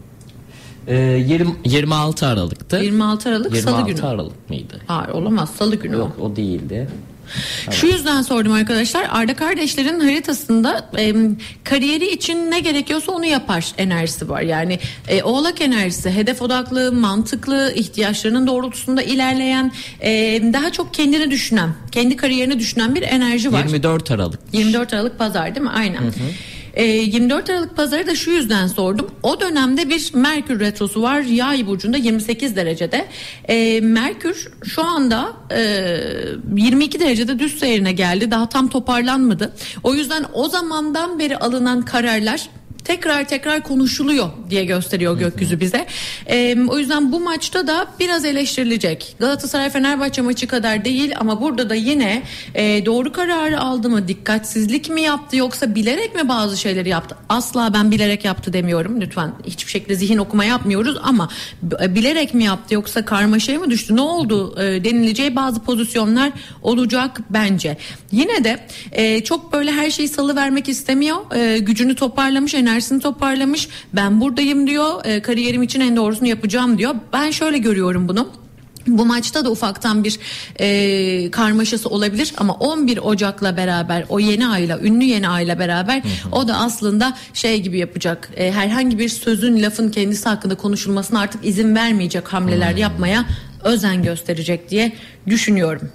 26 Aralık'tı. 26 Aralık Salı günü. 26 Aralık mıydı? Hayır, olamaz, Salı günü. Yok, o değildi. Evet. Şu yüzden sordum arkadaşlar. Arda kardeşlerin haritasında kariyeri için ne gerekiyorsa onu yapar enerjisi var. Yani oğlak enerjisi, hedef odaklı, mantıklı, ihtiyaçlarının doğrultusunda ilerleyen, daha çok kendini düşünen, kendi kariyerini düşünen bir enerji var. 24 Aralık. 24 Aralık pazar değil mi? Aynen. 24 Aralık pazarı da şu yüzden sordum. O dönemde bir Merkür retrosu var. Yay burcunda 28 derecede. Merkür şu anda 22 derecede düz seyrine geldi. Daha tam toparlanmadı. O yüzden o zamandan beri alınan kararlar tekrar konuşuluyor diye gösteriyor gökyüzü bize. O yüzden bu maçta da biraz eleştirilecek. Galatasaray-Fenerbahçe maçı kadar değil ama burada da yine doğru kararı aldı mı, dikkatsizlik mi yaptı yoksa bilerek mi bazı şeyleri yaptı? Asla ben bilerek yaptı demiyorum. Lütfen hiçbir şekilde zihin okuma yapmıyoruz ama bilerek mi yaptı yoksa karmaşaya mı düştü, ne oldu denileceği bazı pozisyonlar olacak bence. Yine de çok böyle her şeyi salıvermek istemiyor. Gücünü toparlamış, enerjisini toparlamış. Ben buradayım diyor. Kariyerim için en doğrusunu yapacağım diyor. Ben şöyle görüyorum bunu. Bu maçta da ufaktan bir karmaşası olabilir ama 11 Ocak'la beraber o yeni ayla, ünlü yeni ayla beraber o da aslında şey gibi yapacak. Herhangi bir sözün, lafın kendisi hakkında konuşulmasına artık izin vermeyecek hamleler yapmaya özen gösterecek diye düşünüyorum.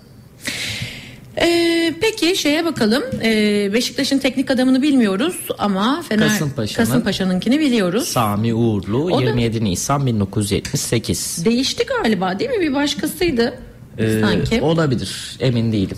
Peki şeye bakalım. Beşiktaş'ın teknik adamını bilmiyoruz ama Kasımpaşa'nınkini biliyoruz. Sami Uğurlu, o 27 Nisan 1978. Değişti galiba değil mi? Bir başkasıydı. Sanki. Olabilir, emin değilim.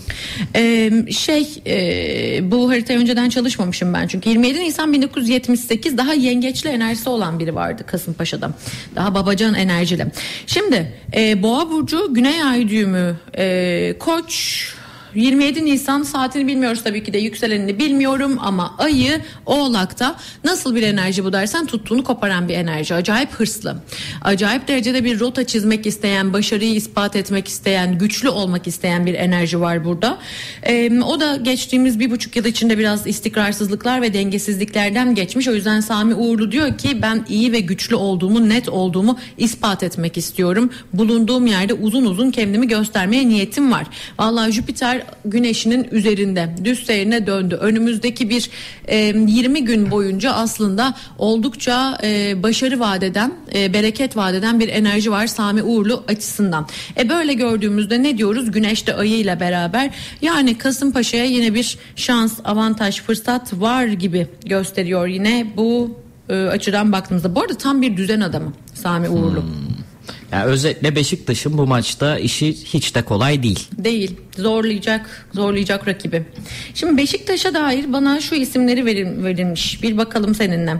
Bu haritayı önceden çalışmamışım ben çünkü 27 Nisan 1978 daha yengeçli enerjisi olan biri vardı Kasımpaşa'da, daha babacan enerjili. Şimdi Boğa burcu, Güney Ay düğümü, Koç. 27 Nisan saatini bilmiyoruz tabii ki de, yükselenini bilmiyorum ama ayı Oğlak'ta. Nasıl bir enerji bu dersen, tuttuğunu koparan bir enerji. Acayip hırslı. Acayip derecede bir rota çizmek isteyen, başarıyı ispat etmek isteyen, güçlü olmak isteyen bir enerji var burada. O da geçtiğimiz 1,5 yıl içinde biraz istikrarsızlıklar ve dengesizliklerden geçmiş. O yüzden Sami Uğurlu diyor ki ben iyi ve güçlü olduğumu, net olduğumu ispat etmek istiyorum. Bulunduğum yerde uzun uzun kendimi göstermeye niyetim var. Vallahi Jüpiter Güneş'inin üzerinde düz seyrine döndü. Önümüzdeki bir 20 gün boyunca aslında oldukça başarı vadeden, bereket vadeden bir enerji var Sami Uğurlu açısından. Böyle gördüğümüzde ne diyoruz? Güneş de ayı ile beraber, yani Kasımpaşa'ya yine bir şans, avantaj, fırsat var gibi gösteriyor yine bu açıdan baktığımızda. Bu arada tam bir düzen adamı Sami Uğurlu. Yani özetle Beşiktaş'ın bu maçta işi hiç de kolay değil. Değil. Zorlayacak rakibi. Şimdi Beşiktaş'a dair bana şu isimleri verilmiş. Bir bakalım seninle.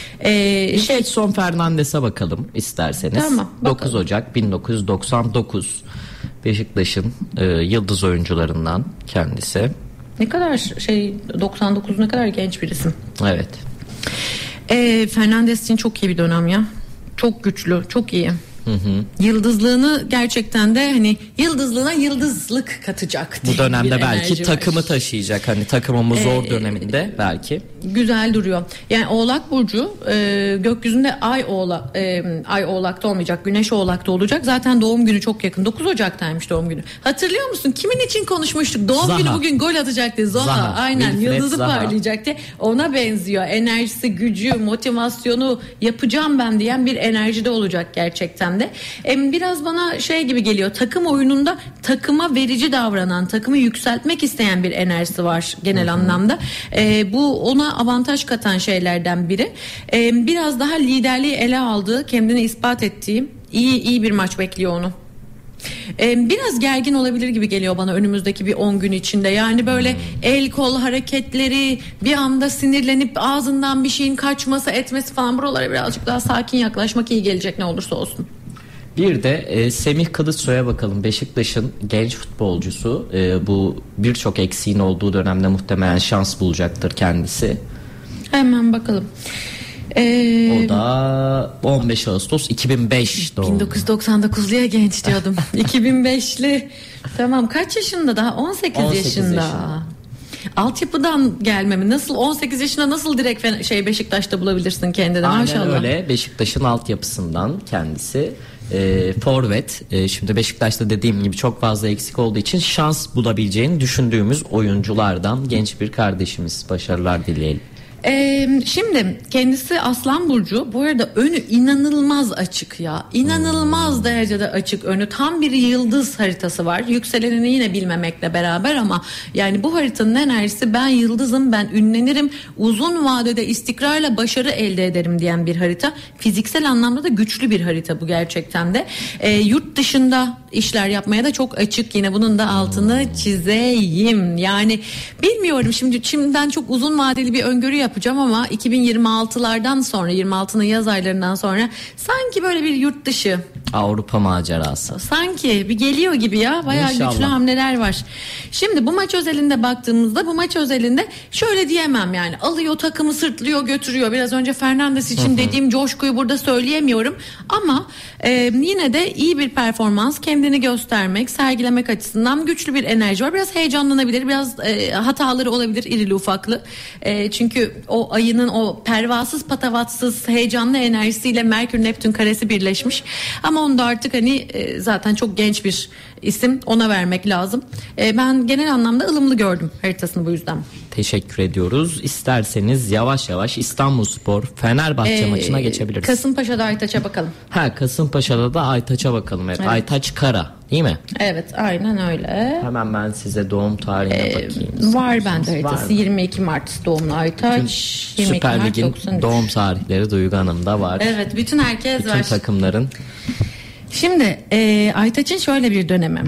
Edson Fernandes'e bakalım isterseniz. Tamam, 9 Ocak 1999 Beşiktaş'ın yıldız oyuncularından kendisi. Ne kadar 99 ne kadar genç bir isim. Evet. Fernandes için çok iyi bir dönem ya. Çok güçlü, çok iyi. Yıldızlığını gerçekten de hani yıldızlığına yıldızlık katacak. Bu dönemde belki takımı taşıyacak, hani takımımız zor döneminde belki. Güzel duruyor. Yani Oğlak burcu, gökyüzünde Ay Oğlak'ta olmayacak, Güneş Oğlak'ta olacak. Zaten doğum günü çok yakın. 9 Ocak'taymış doğum günü. Hatırlıyor musun? Kimin için konuşmuştuk? Doğum günü bugün gol atacak diye. Zaha. Aynen. Wilfred Yıldızı Zaha parlayacak diye. Ona benziyor. Enerjisi, gücü, motivasyonu, yapacağım ben diyen bir enerjide olacak gerçekten de. Biraz bana gibi geliyor. Takım oyununda takıma verici davranan, takımı yükseltmek isteyen bir enerjisi var genel anlamda. Bu ona avantaj katan şeylerden biri. Biraz daha liderliği ele aldığı, kendini ispat ettiği iyi bir maç bekliyor onu. Biraz gergin olabilir gibi geliyor bana önümüzdeki bir 10 gün içinde. Yani böyle el kol hareketleri, bir anda sinirlenip ağzından bir şeyin kaçması etmesi falan, buralara birazcık daha sakin yaklaşmak iyi gelecek ne olursa olsun. Bir de Semih Kılıçsoy'a bakalım. Beşiktaş'ın genç futbolcusu. Bu birçok eksiğin olduğu dönemde muhtemelen şans bulacaktır kendisi. Hemen bakalım. O da 15 Ağustos 2005 doğumlu. 1999'luya genç diyordum. 2005'li. Tamam, kaç yaşında daha? 18 yaşında. Altyapıdan gelmemi, nasıl 18 yaşında nasıl direkt Beşiktaş'ta bulabilirsin kendini? Aynen maşallah. Öyle. Beşiktaş'ın altyapısından kendisi. Forvet. Şimdi Beşiktaş'ta dediğim gibi çok fazla eksik olduğu için şans bulabileceğini düşündüğümüz oyunculardan genç bir kardeşimiz. Başarılar dileyelim. Şimdi kendisi Aslan burcu. Bu arada önü inanılmaz açık ya. İnanılmaz derecede açık önü. Tam bir yıldız haritası var. Yükselenini yine bilmemekle beraber ama yani bu haritanın enerjisi ben yıldızım, ben ünlenirim, uzun vadede istikrarla başarı elde ederim diyen bir harita. Fiziksel anlamda da güçlü bir harita bu gerçekten de. Yurt dışında işler yapmaya da çok açık. Yine bunun da altını çizeyim. Yani bilmiyorum, şimdiden çok uzun vadeli bir öngörü yapacağım ama 2026'lardan sonra 26'nın yaz aylarından sonra sanki böyle bir yurt dışı Avrupa macerası. sanki bir geliyor gibi ya. Bayağı İnşallah. güçlü hamleler var. Şimdi bu maç özelinde baktığımızda bu maç özelinde şöyle diyemem yani alıyor takımı sırtlıyor götürüyor. Biraz önce Fernandes için dediğim coşkuyu burada söyleyemiyorum ama yine de iyi bir performans, kendini göstermek, sergilemek açısından güçlü bir enerji var. Biraz heyecanlanabilir, biraz hataları olabilir irili ufaklı. Çünkü o ayının o pervasız patavatsız heyecanlı enerjisiyle Merkür Neptün karesi birleşmiş. Ama onu da artık hani zaten çok genç bir isim, ona vermek lazım. Ben genel anlamda ılımlı gördüm haritasını bu yüzden. Teşekkür ediyoruz. İsterseniz yavaş yavaş İstanbulspor Fenerbahçe maçına geçebiliriz. Kasımpaşa'da Aytaç'a bakalım. Kasımpaşa'da da Aytaç'a bakalım. Evet. Aytaç Kara değil mi? Evet, aynen öyle. Hemen ben size doğum tarihine bakayım. Var bende haritası. Var mı? 22 Mart doğumlu Aytaç. 22 Süper Mart Lig'in 93. doğum tarihleri Duygu Hanım'da var. Evet, bütün herkes Bütün var. takımların. Şimdi Aytaç'ın şöyle bir dönemi.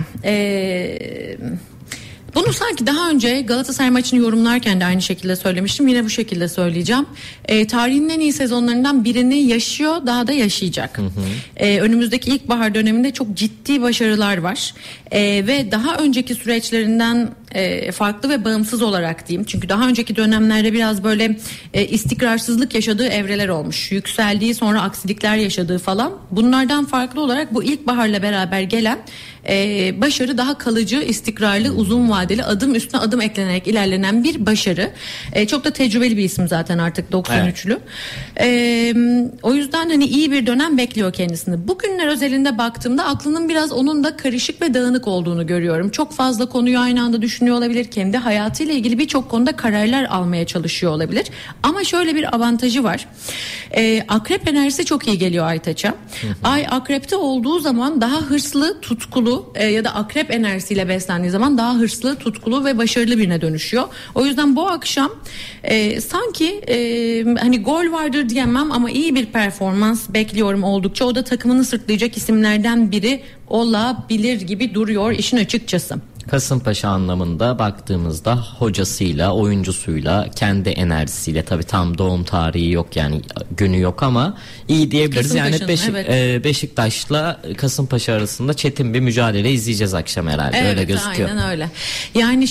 Bunu sanki daha önce Galatasaray maçını yorumlarken de aynı şekilde söylemiştim. Yine bu şekilde söyleyeceğim. Tarihinin en iyi sezonlarından birini yaşıyor, daha da yaşayacak. Önümüzdeki ilkbahar döneminde çok ciddi başarılar var. Ve daha önceki süreçlerinden farklı ve bağımsız olarak diyeyim. Çünkü daha önceki dönemlerde biraz böyle istikrarsızlık yaşadığı evreler olmuş. Yükseldiği, sonra aksilikler yaşadığı falan. Bunlardan farklı olarak bu ilkbaharla beraber gelen başarı daha kalıcı, istikrarlı, uzun vadeli, adım üstüne adım eklenerek ilerlenen bir başarı. Çok da tecrübeli bir isim zaten artık 93'lü. O yüzden hani iyi bir dönem bekliyor kendisini. Bugünler özelinde baktığımda aklının biraz onun da karışık ve dağınık olduğunu görüyorum. Çok fazla konuyu aynı anda düşünüyor olabilir. Kendi hayatıyla ilgili birçok konuda kararlar almaya çalışıyor olabilir. Ama şöyle bir avantajı var. Akrep enerjisi çok iyi geliyor Aytaç'a. Ay akrepte olduğu zaman daha hırslı, tutkulu ya da akrep enerjisiyle beslendiği zaman daha hırslı, tutkulu ve başarılı birine dönüşüyor. O yüzden bu akşam sanki hani gol vardır diyemem ama iyi bir performans bekliyorum oldukça. O da takımını sırtlayacak isimlerden biri olabilir gibi duruyor işin açıkçası. Kasımpaşa anlamında baktığımızda hocasıyla, oyuncusuyla, kendi enerjisiyle, tabii tam doğum tarihi yok yani günü yok ama iyi diyebiliriz. Yani Beşiktaş'la Kasımpaşa arasında çetin bir mücadele izleyeceğiz akşam herhalde. Evet, öyle gözüküyor. Aynen öyle. Yani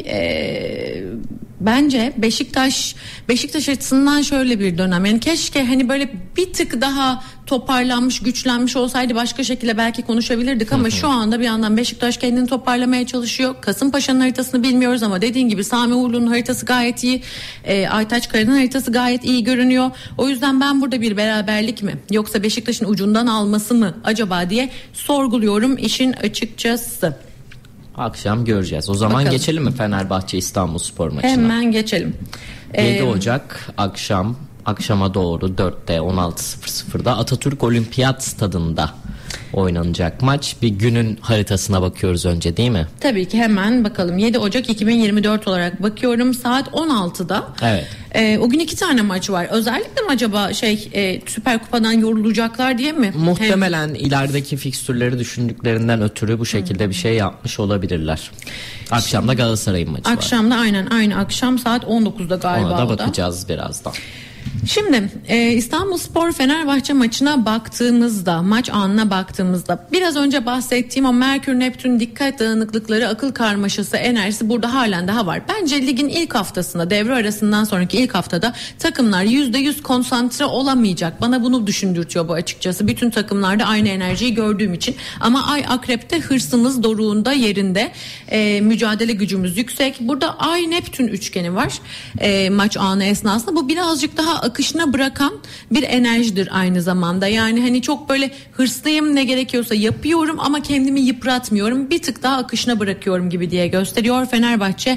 bence Beşiktaş açısından şöyle bir dönem. Yani keşke hani böyle bir tık daha toparlanmış, güçlenmiş olsaydı başka şekilde belki konuşabilirdik ama şu anda bir yandan Beşiktaş kendini toparlamaya çalışıyor. Kasımpaşa'nın haritasını bilmiyoruz ama dediğin gibi Sami Uğurlu'nun haritası gayet iyi. Aytaç Kara'nın haritası gayet iyi görünüyor. O yüzden ben burada bir beraberlik mi yoksa Beşiktaş'ın ucundan alması mı acaba diye sorguluyorum işin açıkçası. Akşam göreceğiz. O zaman Bakalım. geçelim mi Fenerbahçe İstanbulspor maçına? Hemen geçelim. 7 Ocak akşama doğru 4'te 16.00'da Atatürk Olimpiyat Stadında oynanacak maç. Bir günün haritasına bakıyoruz önce değil mi? Tabii ki hemen bakalım. 7 Ocak 2024 olarak bakıyorum. Saat 16'da. Evet. O gün 2 tane maç var. Özellikle mi acaba Süper Kupa'dan yorulacaklar diye mi? Muhtemelen ilerideki fikstürleri düşündüklerinden ötürü bu şekilde bir şey yapmış olabilirler. Akşamda Galatasaray'ın maçı var. Akşamda aynı akşam saat 19'da galiba. Ona da o da. bakacağız birazdan. Şimdi İstanbulspor Fenerbahçe maçına baktığımızda, maç anına baktığımızda biraz önce bahsettiğim o Merkür Neptün dikkat dağınıklıkları, akıl karmaşası, enerjisi burada halen daha var. Bence ligin ilk haftasında, devre arasından sonraki ilk haftada takımlar %100 konsantre olamayacak. Bana bunu düşündürtüyor bu açıkçası. Bütün takımlarda aynı enerjiyi gördüğüm için. Ama Ay Akrep'te hırsımız doruğunda, yerinde. Mücadele gücümüz yüksek. Burada Ay Neptün üçgeni var. Maç anı esnasında. Bu birazcık daha akışına bırakan bir enerjidir aynı zamanda. Yani hani çok böyle hırslıyım, ne gerekiyorsa yapıyorum ama kendimi yıpratmıyorum. Bir tık daha akışına bırakıyorum gibi diye gösteriyor Fenerbahçe,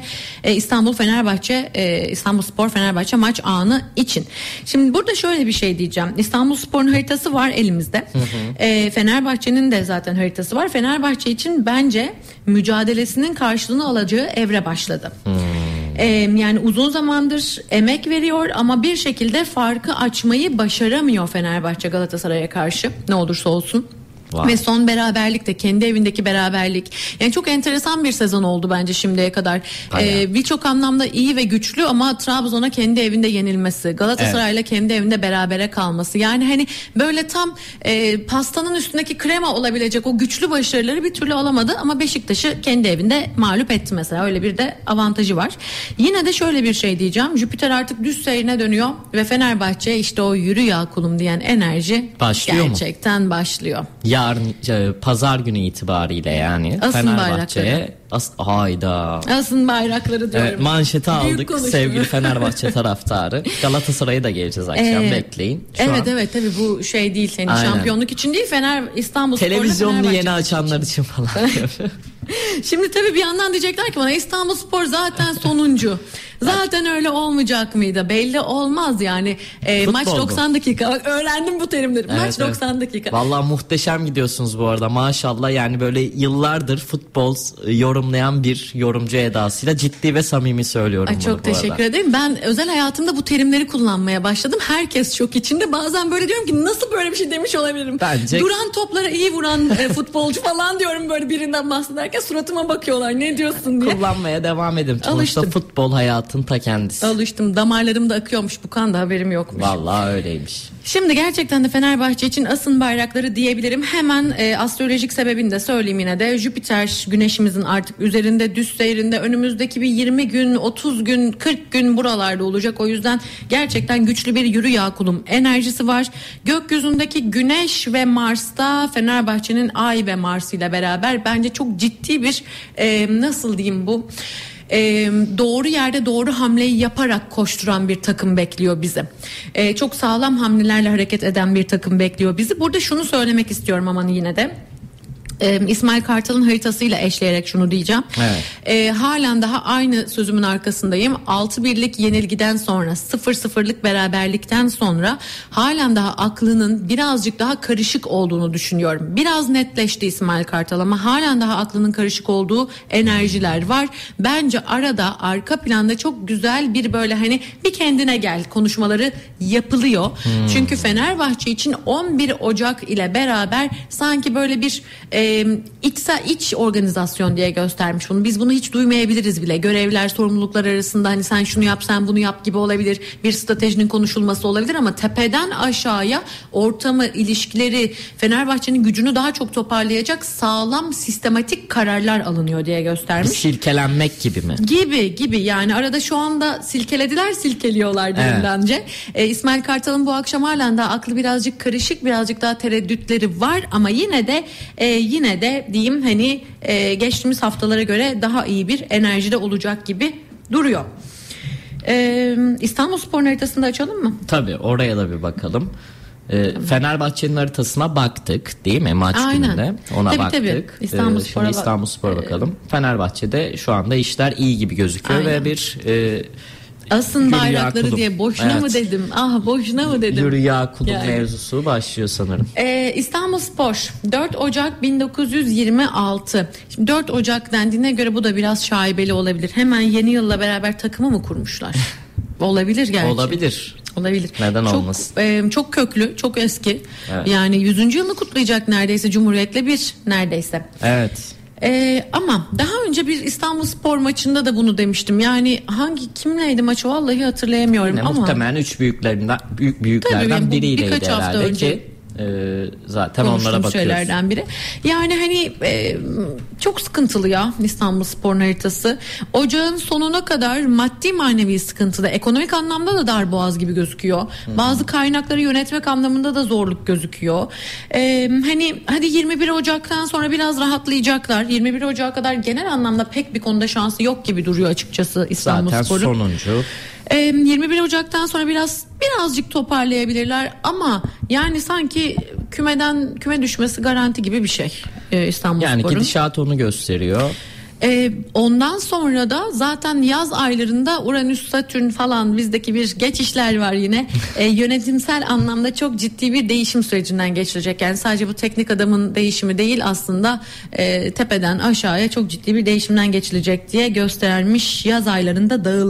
İstanbulspor Fenerbahçe maç anı için. Şimdi burada şöyle bir şey diyeceğim. İstanbulspor'un haritası var elimizde. Fenerbahçe'nin de zaten haritası var. Fenerbahçe için bence mücadelesinin karşılığını alacağı evre başladı. Yani uzun zamandır emek veriyor ama bir şekilde farkı açmayı başaramıyor Fenerbahçe Galatasaray'a karşı, ne olursa olsun. Wow. Ve son beraberlik de kendi evindeki beraberlik. Yani çok enteresan bir sezon oldu bence şimdiye kadar. Birçok anlamda iyi ve güçlü ama Trabzon'a kendi evinde yenilmesi, Galatasaray'la kendi evinde berabere kalması. Yani hani böyle tam pastanın üstündeki krema olabilecek o güçlü başarıları bir türlü alamadı ama Beşiktaş'ı kendi evinde mağlup etti mesela. Öyle bir de avantajı var. Yine de şöyle bir şey diyeceğim. Jüpiter artık düz seyrine dönüyor ve Fenerbahçe işte o yürü ya kulum diyen enerji başlıyor gerçekten başlıyor. Yarın pazar günü itibariyle yani Asın Fenerbahçe'ye hayda. Asın bayrakları diyorum. Evet, manşeti aldık sevgili Fenerbahçe taraftarı. Galatasaray'a da geleceğiz akşam bekleyin. Evet tabii bu şey değil senin şampiyonluk için değil İstanbul Spor'la televizyonunu yeni açanlar için falan. Şimdi tabii bir yandan diyecekler ki bana İstanbul Spor zaten sonuncu. Zaten öyle olmayacak mıydı? Belli olmaz yani. Maç 90 dakika. Bak, öğrendim bu terimleri. Evet, maç 90 dakika. Vallahi muhteşem gidiyorsunuz bu arada maşallah. Yani böyle yıllardır futbol yorumlayan bir yorumcu edasıyla ciddi ve samimi söylüyorum bunu çok teşekkür ederim. Ben özel hayatımda bu terimleri kullanmaya başladım. Herkes şok içinde. Bazen böyle diyorum ki nasıl böyle bir şey demiş olabilirim? Bence... Duran toplara iyi vuran futbolcu falan diyorum böyle birinden bahsederken suratıma bakıyorlar. Ne diyorsun diye. Kullanmaya devam edin. Sonuçta futbol hayatın ta kendisi. Alıştım. Damarlarımda akıyormuş bu kan da haberim yokmuş. Vallahi öyleymiş. Şimdi gerçekten de Fenerbahçe için asın bayrakları diyebilirim. Hemen astrolojik sebebini de söyleyeyim yine de. Jüpiter güneşimizin artık üzerinde düz seyrinde önümüzdeki bir 20 gün 30 gün 40 gün buralarda olacak. O yüzden gerçekten güçlü bir yürü ya kulum enerjisi var. Gökyüzündeki Güneş ve Mars'ta Fenerbahçe'nin Ay ve Mars ile beraber bence çok ciddi bir nasıl diyeyim bu doğru yerde doğru hamleyi yaparak koşturan bir takım bekliyor bizi. Çok sağlam hamlelerle hareket eden bir takım bekliyor bizi. Burada şunu söylemek istiyorum ama yine de. İsmail Kartal'ın haritasıyla eşleyerek şunu diyeceğim. Evet. Halen daha aynı sözümün arkasındayım. 6-1'lik yenilgiden sonra 0-0'lık beraberlikten sonra halen daha aklının birazcık daha karışık olduğunu düşünüyorum. Biraz netleşti İsmail Kartal ama halen daha aklının karışık olduğu enerjiler var. Bence arada arka planda çok güzel bir böyle hani bir kendine gel konuşmaları yapılıyor. Çünkü Fenerbahçe için 11 Ocak ile beraber sanki böyle bir iç organizasyon diye göstermiş bunu. Biz bunu hiç duymayabiliriz bile. Görevler, sorumluluklar arasında hani sen şunu yap, sen bunu yap gibi olabilir. Bir stratejinin konuşulması olabilir ama tepeden aşağıya ortamı, ilişkileri, Fenerbahçe'nin gücünü daha çok toparlayacak sağlam, sistematik kararlar alınıyor diye göstermiş. Silkelenmek gibi mi? Gibi yani arada şu anda silkeliyorlar diyeyim bence. İsmail Kartal'ın bu akşam halen daha aklı birazcık karışık, birazcık daha tereddütleri var ama yine de diyeyim hani geçtiğimiz haftalara göre daha iyi bir enerjide olacak gibi duruyor. İstanbul Spor'un haritasını da açalım mı? Tabii oraya da bir bakalım. Fenerbahçe'nin haritasına baktık değil mi maç gününde ona baktık. Tabii. İstanbul Spor'a bakalım. Fenerbahçe'de şu anda işler iyi gibi gözüküyor ve bir asın bayrakları diye boşuna mı dedim? Boşuna mı dedim? Yürü ya kulum mevzusu başlıyor sanırım. İstanbul Spor 4 Ocak 1926. Şimdi 4 Ocak dendiğine göre bu da biraz şaibeli olabilir. Hemen yeni yılla beraber takımı mı kurmuşlar? Olabilir gerçi. Olabilir. Neden olmasın? Çok köklü, çok eski. Evet. Yani 100. yılını kutlayacak neredeyse Cumhuriyet'le neredeyse. Evet. Ama daha önce bir İstanbul Spor maçında da bunu demiştim. Yani kimleydi maçı vallahi hatırlayamıyorum ama muhtemelen 3 büyüklerden biriyle birkaç hafta önce zaten onlara bakıyoruz. Şeylerden biri. Yani hani çok sıkıntılı ya İstanbul Spor'un haritası. Ocağın sonuna kadar maddi manevi sıkıntıda, ekonomik anlamda da darboğaz gibi gözüküyor. Bazı kaynakları yönetmek anlamında da zorluk gözüküyor. Hani hadi 21 Ocak'tan sonra biraz rahatlayacaklar. 21 Ocak'a kadar genel anlamda pek bir konuda şansı yok gibi duruyor açıkçası İstanbul Spor'un. Zaten sonuncu. 21 Ocak'tan sonra birazcık toparlayabilirler ama yani sanki küme düşmesi garanti gibi bir şey İstanbul Spor'un. Yani gidişat onu gösteriyor. Ondan sonra da zaten yaz aylarında Uranüs, Satürn falan bizdeki bir geçişler var yine. Yönetimsel anlamda çok ciddi bir değişim sürecinden geçirecek. Yani sadece bu teknik adamın değişimi değil aslında tepeden aşağıya çok ciddi bir değişimden geçilecek diye göstermiş yaz aylarında dağılma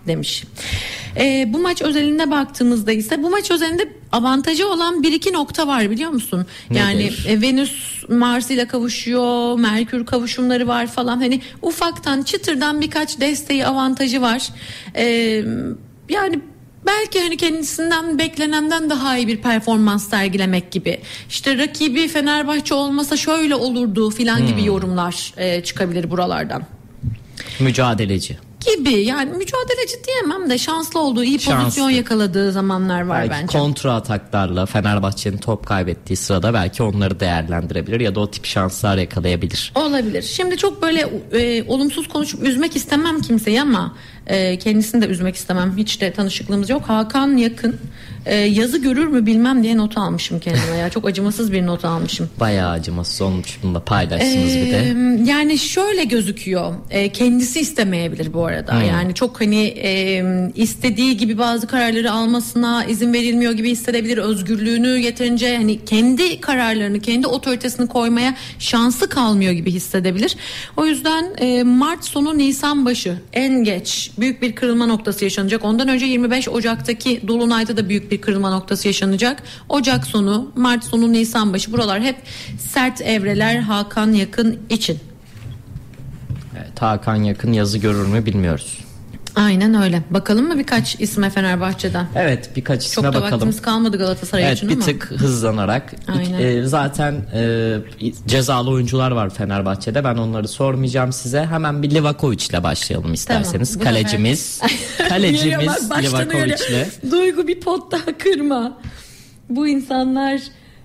demiş. Bu maç özelinde baktığımızda ise bu maç özelinde avantajı olan 1-2 nokta var, biliyor musun? Yani Venüs Mars ile kavuşuyor, Merkür kavuşumları var falan, hani ufaktan çıtırdan birkaç desteği, avantajı var. Yani belki hani kendisinden beklenenden daha iyi bir performans sergilemek gibi. İşte rakibi Fenerbahçe olmasa şöyle olurdu filan gibi yorumlar çıkabilir buralardan. Mücadeleci Gibi, yani mücadeleci diyemem de şanslı olduğu, iyi pozisyon yakaladığı zamanlar var belki bence. kontra ataklarla Fenerbahçe'nin top kaybettiği sırada belki onları değerlendirebilir ya da o tip şanslar yakalayabilir. Olabilir. Şimdi çok böyle olumsuz konuşup üzmek istemem kimseyi ama kendisini de üzmek istemem. Hiç de tanışıklığımız yok. Hakan Yakın yazı görür mü bilmem diye not almışım kendime ya. Çok acımasız bir not almışım. Bayağı acımasız olmuş, bunu da paylaştınız bir de. Yani şöyle gözüküyor. Kendisi istemeyebilir bu arada. Yani çok hani istediği gibi bazı kararları almasına izin verilmiyor gibi hissedebilir. Özgürlüğünü yeterince hani kendi kararlarını, kendi otoritesini koymaya şansı kalmıyor gibi hissedebilir. O yüzden Mart sonu Nisan başı en geç büyük bir kırılma noktası yaşanacak. Ondan önce 25 Ocak'taki Dolunay'da da büyük bir kırılma noktası yaşanacak. Ocak sonu, Mart sonu, Nisan başı, buralar hep sert evreler Hakan Yakın için. Evet, Hakan Yakın yazı görür mü bilmiyoruz. Aynen öyle. Bakalım mı birkaç isme Fenerbahçe'den? Evet, birkaç isme çok da bakalım. vaktimiz kalmadı Galatasaray için ama. Evet, bir tık hızlanarak. Zaten cezalı oyuncular var Fenerbahçe'de. Ben onları sormayacağım size. Hemen bir Livakovic'le başlayalım isterseniz. Tamam, kalecimiz Livakovic'le. Duygu, bir pot daha kırma. Bu insanlar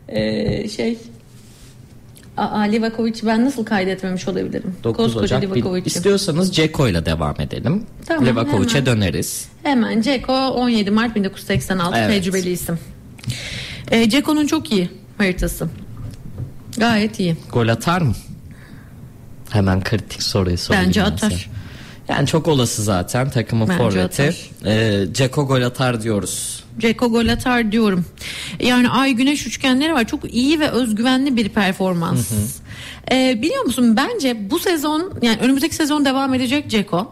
Livakovic ben nasıl kaydetmemiş olabilirim? 9 Ocak. İstiyorsanız Ceko'yla devam edelim. Tamam, Livakovic'e döneriz. Hemen Ceko 17 Mart 1986 tecrübeli isim. Ceko'nun çok iyi haritası. Gayet iyi. Gol atar mı? Hemen kritik soruyu sorayım. Bence atar. Yani çok olası zaten takımın forveti. Ceko gol atar diyoruz. Ceko gol atar diyorum. Yani ay güneş üçgenleri var. Çok iyi ve özgüvenli bir performans. Biliyor musun, bence bu sezon, yani önümüzdeki sezon devam edecek Ceko.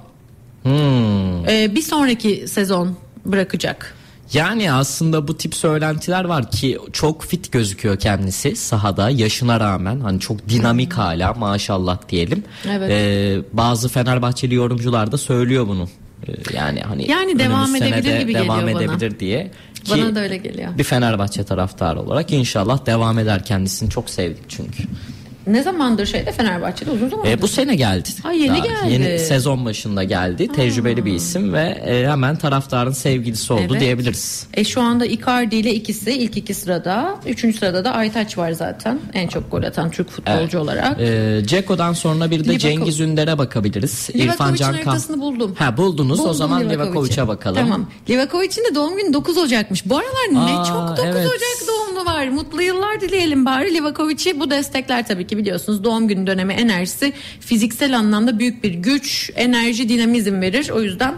Bir sonraki sezon bırakacak. Yani aslında bu tip söylentiler var ki çok fit gözüküyor kendisi sahada, yaşına rağmen hani çok dinamik hala, maşallah diyelim. Evet. Bazı Fenerbahçeli yorumcular da söylüyor bunu. Yani devam edebilir gibi devam geliyor edebilir diye. Bana da öyle geliyor. Bir Fenerbahçe taraftarı olarak inşallah devam eder, kendisini çok sevdik çünkü. Ne zamandır Fenerbahçe'de, uzun zamandır. Bu sene geldi. Yeni geldi. Yeni sezon başında geldi. Tecrübeli bir isim ve hemen taraftarın sevgilisi oldu diyebiliriz. Şu anda Icardi ile ikisi ilk 2 sırada. 3. sırada da Aytaç var zaten. En çok gol atan Türk futbolcu olarak. Ceko'dan sonra bir de Cengiz Ünder'e bakabiliriz. Livakovic'in haritasını buldum. Buldunuz. O zaman Livakovic'e bakalım. Tamam. Livakovic'in de doğum günü 9 Ocak'mış. Bu aralar ne çok 9 Ocak doğumlu var. Mutlu yıllar dileyelim bari. Livakovic'i bu destekler tabii ki, biliyorsunuz doğum günü dönemi enerjisi fiziksel anlamda büyük bir güç, enerji, dinamizm verir. O yüzden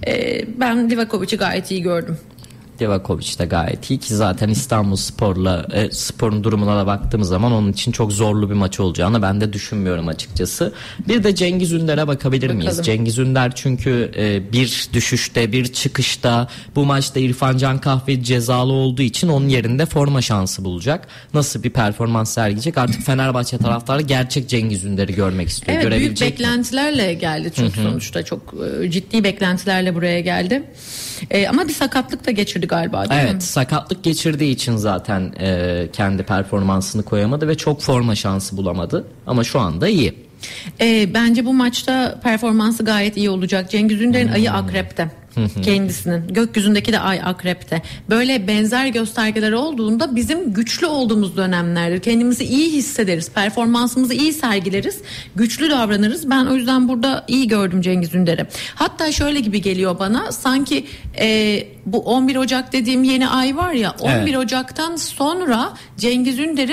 ben Livakovic'i gayet iyi gördüm. Livakovic de gayet iyi ki zaten İstanbul Spor'un durumuna da baktığımız zaman onun için çok zorlu bir maç olacağını ben de düşünmüyorum açıkçası. Bir de Cengiz Ünder'e bakabilir miyiz? Cengiz Ünder çünkü bir düşüşte, bir çıkışta, bu maçta İrfan Can Kahveci cezalı olduğu için onun yerinde forma şansı bulacak. Nasıl bir performans sergileyecek? Artık Fenerbahçe taraftarı gerçek Cengiz Ünder'i görmek istiyor. Evet, büyük beklentilerle geldi çünkü sonuçta çok ciddi beklentilerle buraya geldi. Ama bir sakatlık da geçirdi galiba, değil mi? Evet, sakatlık geçirdiği için zaten kendi performansını koyamadı ve çok forma şansı bulamadı. Ama şu anda iyi. Bence bu maçta performansı gayet iyi olacak. Cengiz Ünder'in ayı akrepte. Kendisinin gökyüzündeki de ay akrepte. Böyle benzer göstergeler olduğunda bizim güçlü olduğumuz dönemlerdir. Kendimizi iyi hissederiz, performansımızı iyi sergileriz, güçlü davranırız. Ben o yüzden burada iyi gördüm Cengiz Ünder'i. Hatta şöyle gibi geliyor bana, sanki bu 11 Ocak dediğim yeni ay var ya, 11 Ocak'tan sonra Cengiz Ünder'in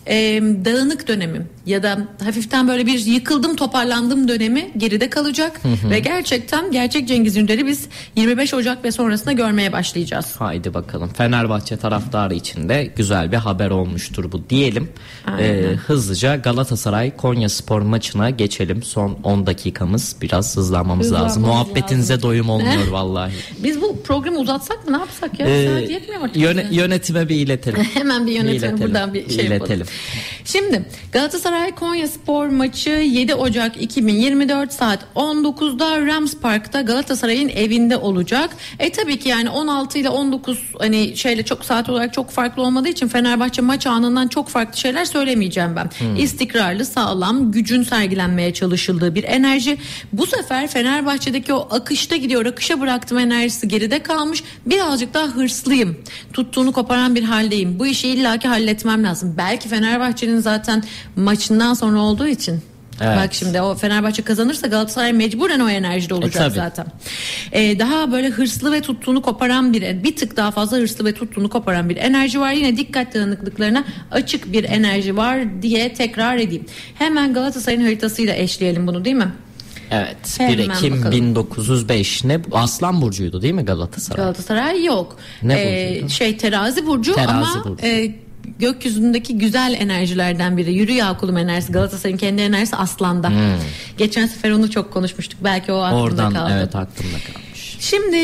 dağınık dönemim ya da hafiften böyle bir yıkıldım toparlandım dönemi geride kalacak ve gerçekten gerçek Cengiz Ünder'i biz 25 Ocak ve sonrasında görmeye başlayacağız. Haydi bakalım. Fenerbahçe taraftarı için de güzel bir haber olmuştur bu diyelim. Hızlıca Galatasaray Konyaspor maçına geçelim. Son 10 dakikamız, biraz hızlanmamız lazım. Muhabbetinize doyum olmuyor vallahi. Biz bu programı uzatsak mı, ne yapsak ya? Saat yetmiyor artık. Yönetime bir iletelim. Hemen bir yönetime buradan bir şey yapalım. Şimdi Galatasaray Konyaspor maçı 7 Ocak 2024 saat 19'da Rams Park'ta Galatasaray'ın evinde olacak. Tabii ki yani 16 ile 19 hani şeyle çok saat olarak çok farklı olmadığı için Fenerbahçe maç anından çok farklı şeyler söylemeyeceğim ben. İstikrarlı, sağlam, gücün sergilenmeye çalışıldığı bir enerji. Bu sefer Fenerbahçe'deki o akışta gidiyor, akışa bıraktım enerjisi geride kalmış. Birazcık daha hırslıyım. Tuttuğunu koparan bir haldeyim. Bu işi illaki halletmem lazım. Belki Fenerbahçe'nin zaten maçından sonra olduğu için. Evet. Bak şimdi o Fenerbahçe kazanırsa Galatasaray mecburen o enerjide olacak zaten. Daha böyle hırslı ve tuttuğunu koparan bir tık daha fazla hırslı ve tuttuğunu koparan bir enerji var. Yine dikkat dağınıklıklarına açık bir enerji var diye tekrar edeyim. Hemen Galatasaray'ın haritasıyla eşleyelim bunu, değil mi? Evet. 1 Ekim bakalım. 1905 ne? Aslan burcuydu değil mi Galatasaray? Galatasaray yok. Ne burcuydu? Terazi burcu ama gökyüzündeki güzel enerjilerden biri. Yürü ya kulum enerjisi. Galatasaray'ın kendi enerjisi Aslan'da. Geçen sefer onu çok konuşmuştuk. Belki o aklımda kaldı. Evet, aklımda kalmış. Şimdi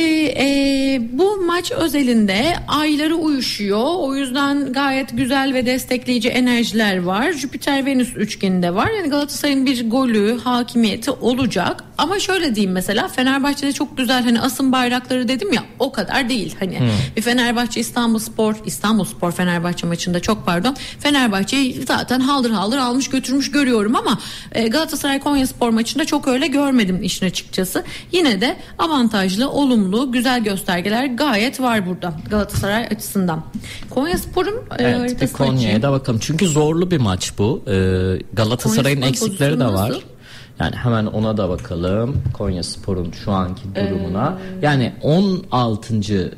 bu maç özelinde ayları uyuşuyor. O yüzden gayet güzel ve destekleyici enerjiler var. Jüpiter-Venüs üçgeninde var. Yani Galatasaray'ın bir golü, hakimiyeti olacak. Ama şöyle diyeyim, mesela Fenerbahçe'de çok güzel hani asın bayrakları dedim ya, o kadar değil. Hani bir Fenerbahçe İstanbulspor Fenerbahçe maçında Fenerbahçe'yi zaten haldır haldır almış götürmüş görüyorum ama Galatasaray Konyaspor maçında çok öyle görmedim işin açıkçası. Yine de avantajlı, olumlu, güzel göstergeler gayet var burada Galatasaray açısından. Konyaspor'un Konya'ya da bakalım. Çünkü zorlu bir maç bu. Galatasaray'ın eksikleri de var. Yani hemen ona da bakalım. Konyaspor'un şu anki durumuna. Yani 16.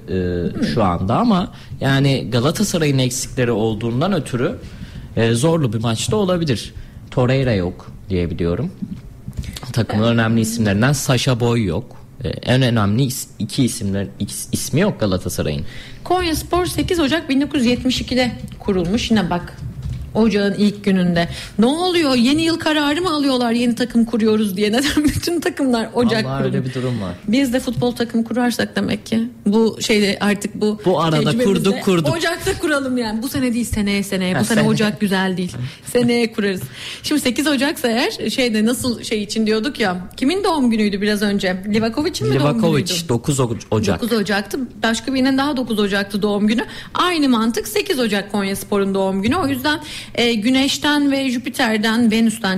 Şu anda ama yani Galatasaray'ın eksikleri olduğundan ötürü zorlu bir maçta olabilir. Torreira yok diye biliyorum. Takımın önemli isimlerinden Sacha Boey yok. En önemli iki ismi yok Galatasaray'ın. Konyaspor 8 Ocak 1972'de kurulmuş. Yine bak, Ocağın ilk gününde. Ne oluyor? Yeni yıl kararı mı alıyorlar yeni takım kuruyoruz diye? Neden bütün takımlar Ocak kurulu? Öyle bir durum var. Biz de futbol takımı kurarsak demek ki bu şeyde artık bu arada kurduk. Ocak'ta kuralım yani. Bu sene değil, seneye. Bu sene Ocak güzel değil. Seneye kurarız. Şimdi 8 Ocak'sa eğer nasıl için diyorduk ya. Kimin doğum günüydü biraz önce? Livakovic'in mi doğum günüydü? 9 Ocak. 9 Ocak'tı. Başka birinin daha 9 Ocak'tı doğum günü. Aynı mantık 8 Ocak Konyaspor'un doğum günü. O yüzden Güneş'ten ve Jüpiter'den,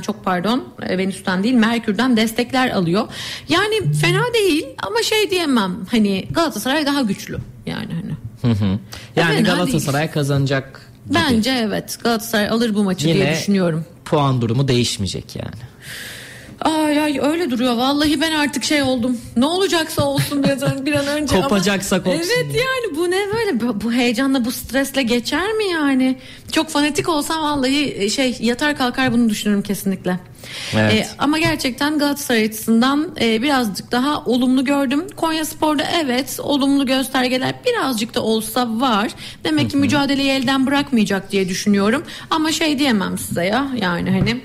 Venüs'ten değil Merkür'den destekler alıyor. Yani fena değil ama diyemem, hani Galatasaray daha güçlü yani hani. Yani Galatasaray kazanacak gibi. Bence evet, Galatasaray alır bu maçı diye düşünüyorum. Puan durumu değişmeyecek yani. Ay öyle duruyor. Vallahi ben artık oldum. Ne olacaksa olsun bir an önce. Kopacaksak olsun. Evet yani bu ne böyle, bu heyecanla, bu stresle geçer mi yani? Çok fanatik olsam vallahi yatar kalkar bunu düşünürüm kesinlikle. Evet. Ama gerçekten Galatasaray açısından birazcık daha olumlu gördüm. Konyaspor'da evet olumlu göstergeler birazcık da olsa var. Demek ki mücadeleyi elden bırakmayacak diye düşünüyorum. Ama diyemem size ya, yani hani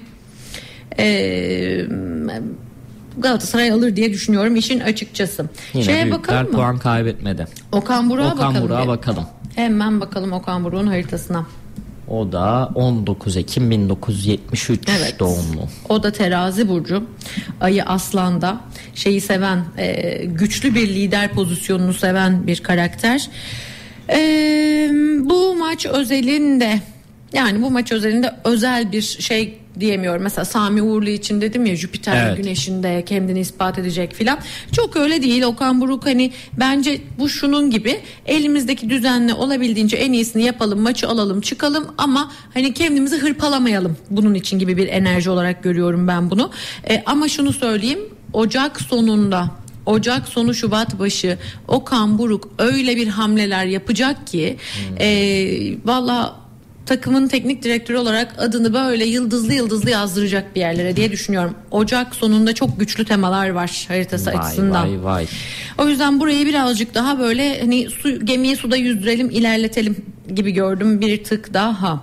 Galatasaray alır diye düşünüyorum işin açıkçası. Yine büyükler puan kaybetmedi. Okan Buruk'a bakalım. Hemen bakalım Okan Buruk'un haritasına. O da 19 Ekim 1973 doğumlu. O da terazi burcu. Ayı Aslan'da. Seven, güçlü bir lider pozisyonunu seven bir karakter. Bu maç özelinde özel bir diyemiyorum. Mesela Sami Uğurlu için dedim ya, Jüpiter Güneş'inde kendini ispat edecek filan. Çok öyle değil. Okan Buruk bence bu şunun gibi, elimizdeki düzenle olabildiğince en iyisini yapalım, maçı alalım, çıkalım ama kendimizi hırpalamayalım bunun için gibi bir enerji olarak görüyorum ben bunu. Ama şunu söyleyeyim, Ocak sonu Şubat başı Okan Buruk öyle bir hamleler yapacak ki vallahi takımın teknik direktörü olarak adını böyle yıldızlı yazdıracak bir yerlere diye düşünüyorum. Ocak sonunda çok güçlü temalar var haritası açısından. Vay. O yüzden burayı birazcık daha böyle hani gemiyi suda yüzdürelim, ilerletelim gibi gördüm bir tık daha.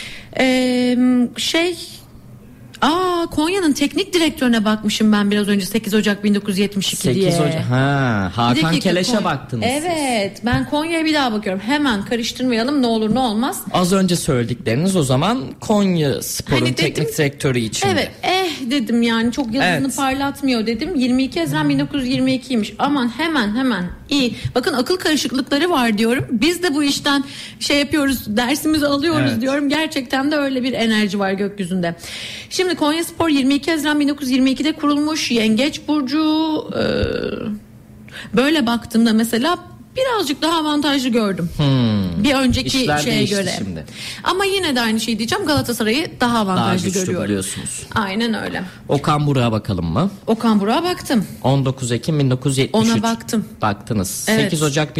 Konya'nın teknik direktörüne bakmışım ben biraz önce 8 Ocak 1972 diye. 8 Ocak. Hakan Keleş'e baktınız. Evet, ben Konya'ya bir daha bakıyorum. Hemen karıştırmayalım, ne olur ne olmaz. Az önce söyledikleriniz o zaman Konya Spor'un Hani teknik direktörü için. Evet, dedim yani çok yıldızını parlatmıyor dedim. 22 Haziran 1922'ymiş. Aman hemen iyi. Bakın akıl karışıklıkları var diyorum. Biz de bu işten yapıyoruz, dersimizi alıyoruz diyorum. Gerçekten de öyle bir enerji var gökyüzünde. Şimdi Konyaspor 22 Haziran 1922'de kurulmuş. Yengeç burcu. Böyle baktığımda mesela birazcık daha avantajlı gördüm. Bir önceki İşler şeye göre. Şimdi. Ama yine de aynı şeyi diyeceğim. Galatasaray'ı daha avantajlı görüyorum. Biliyorsunuz. Aynen öyle. Okan Buruk'a bakalım mı? Okan Buruk'a baktım. 19 Ekim 1973. Ona baktım. Baktınız. Evet. 8 Ocak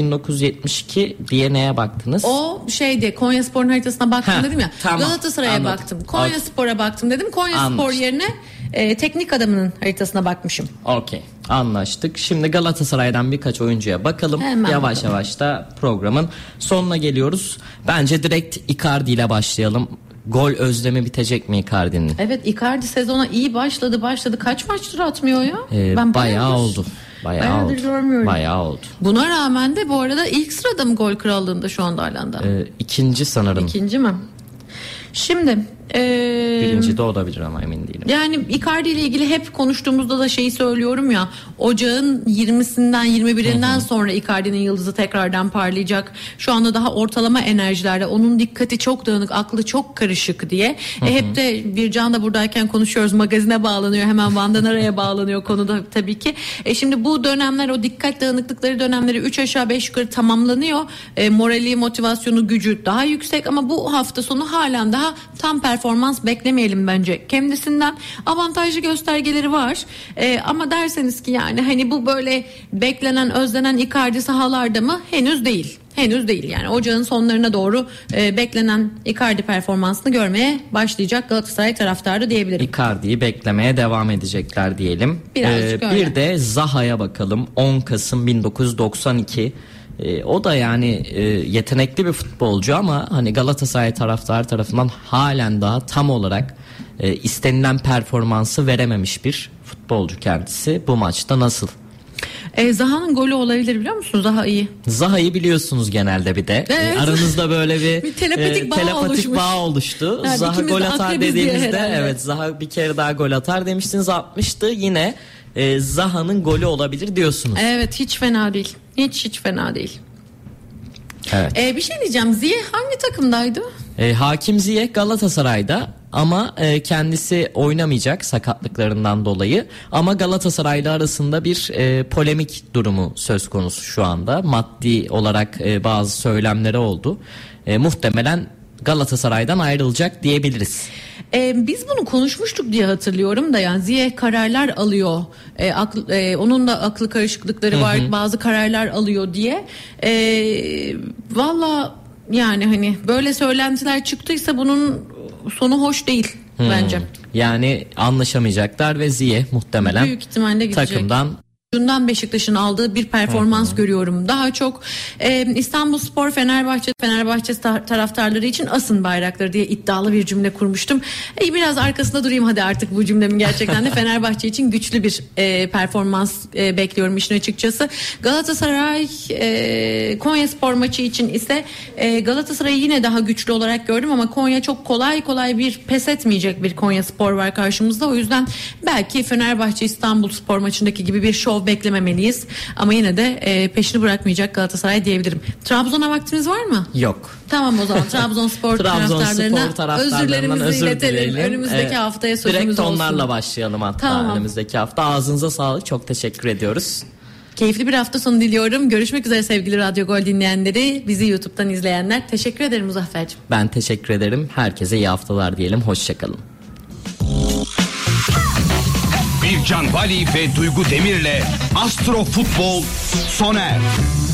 1972 diye neye baktınız? O Konyaspor'un haritasına baktım dedim ya. Tamam, Galatasaray'a anladım. baktım. Konyaspor'a baktım dedim. Konyaspor yerine teknik adamının haritasına bakmışım. Okey. Anlaştık. Şimdi Galatasaray'dan birkaç oyuncuya bakalım. Hemen yavaş bakalım. yavaş da programın sonuna geliyoruz. Bence direkt Icardi ile başlayalım. Gol özlemi bitecek mi Icardi'nin? Evet, Icardi sezona iyi başladı. Kaç maçtır atmıyor ya? Ben bayağı oldu. Bayağıdır görmüyorum. Bayağı oldu. Buna rağmen de bu arada ilk sırada mı gol krallığında şu anda Haaland'da? İkinci sanırım. İkinci mi? Şimdi birinci de olabilir ama emin değilim. Yani Icardi ile ilgili hep konuştuğumuzda da söylüyorum ya, Ocağın 20'sinden 21'inden sonra Icardi'nin yıldızı tekrardan parlayacak. Şu anda daha ortalama enerjilerde, onun dikkati çok dağınık, aklı çok karışık diye. Hep de Bircan da buradayken konuşuyoruz, magazine bağlanıyor, hemen Van'dan araya bağlanıyor konuda tabii ki. Şimdi bu dönemler, o dikkat dağınıklıkları dönemleri 3 aşağı 5 yukarı tamamlanıyor. Morali, motivasyonu, gücü daha yüksek ama bu hafta sonu halen daha tam performans beklemeyelim bence kendisinden. Avantajlı göstergeleri var. Ama derseniz ki yani hani bu böyle beklenen, özlenen Icardi sahalarda mı? Henüz değil. Yani ocağın sonlarına doğru beklenen Icardi performansını görmeye başlayacak Galatasaray taraftarı diyebilirim. Icardi'yi beklemeye devam edecekler diyelim. Bir de Zaha'ya bakalım. 10 Kasım 1992. O da yani yetenekli bir futbolcu ama hani Galatasaray taraftarı tarafından halen daha tam olarak istenilen performansı verememiş bir futbolcu kendisi. Bu maçta nasıl? Zaha'nın golü olabilir, biliyor musun? Zaha iyi. Zaha'yı biliyorsunuz genelde bir de. Evet. Aranızda böyle bir telepatik bağ oluştu. Yani Zaha gol atar dediğinizde herhalde. Zaha bir kere daha gol atar demiştiniz, 60'tı. Yine Zaha'nın golü olabilir diyorsunuz. Evet, hiç fena değil. Hiç fena değil. Evet. Bir şey diyeceğim. Ziyeh hangi takımdaydı? Hakim Ziyech Galatasaray'da ama kendisi oynamayacak sakatlıklarından dolayı. Ama Galatasaray'la arasında bir polemik durumu söz konusu şu anda. Maddi olarak bazı söylemleri oldu. Muhtemelen Galatasaray'dan ayrılacak diyebiliriz. Biz bunu konuşmuştuk diye hatırlıyorum da, yani Ziyech kararlar alıyor. Onun da aklı karışıklıkları var. Bazı kararlar alıyor diye. Valla yani hani böyle söylentiler çıktıysa bunun sonu hoş değil bence. Yani anlaşamayacaklar ve Ziyech muhtemelen büyük ihtimalle gidecek. Takımdan Beşiktaş'ın aldığı bir performans görüyorum. Daha çok İstanbulspor Fenerbahçe taraftarları için asın bayrakları diye iddialı bir cümle kurmuştum. Biraz arkasında durayım hadi artık bu cümlemin, gerçekten de Fenerbahçe için güçlü bir performans bekliyorum işin açıkçası. Galatasaray Konyaspor maçı için ise Galatasaray'ı yine daha güçlü olarak gördüm ama Konya çok kolay bir pes etmeyecek bir Konyaspor var karşımızda. O yüzden belki Fenerbahçe İstanbulspor maçındaki gibi bir şov beklememeliyiz. Ama yine de peşini bırakmayacak Galatasaray diyebilirim. Trabzon'a vaktiniz var mı? yok. Tamam, o zaman Trabzonspor taraftarlarına özürlerimizi iletelim. Önümüzdeki haftaya sözümüz direkt olsun. onlarla başlayalım hatta. Tamam. Önümüzdeki hafta. Ağzınıza sağlık. Çok teşekkür ediyoruz. Keyifli bir hafta sonu diliyorum. Görüşmek üzere sevgili Radyo Gol dinleyenleri, bizi YouTube'dan izleyenler. Teşekkür ederim Muzaffer'cim. Ben teşekkür ederim. Herkese iyi haftalar diyelim. Hoşçakalın. Bircan Bali ve Duygu Demir'le Astro Futbol sona erdi.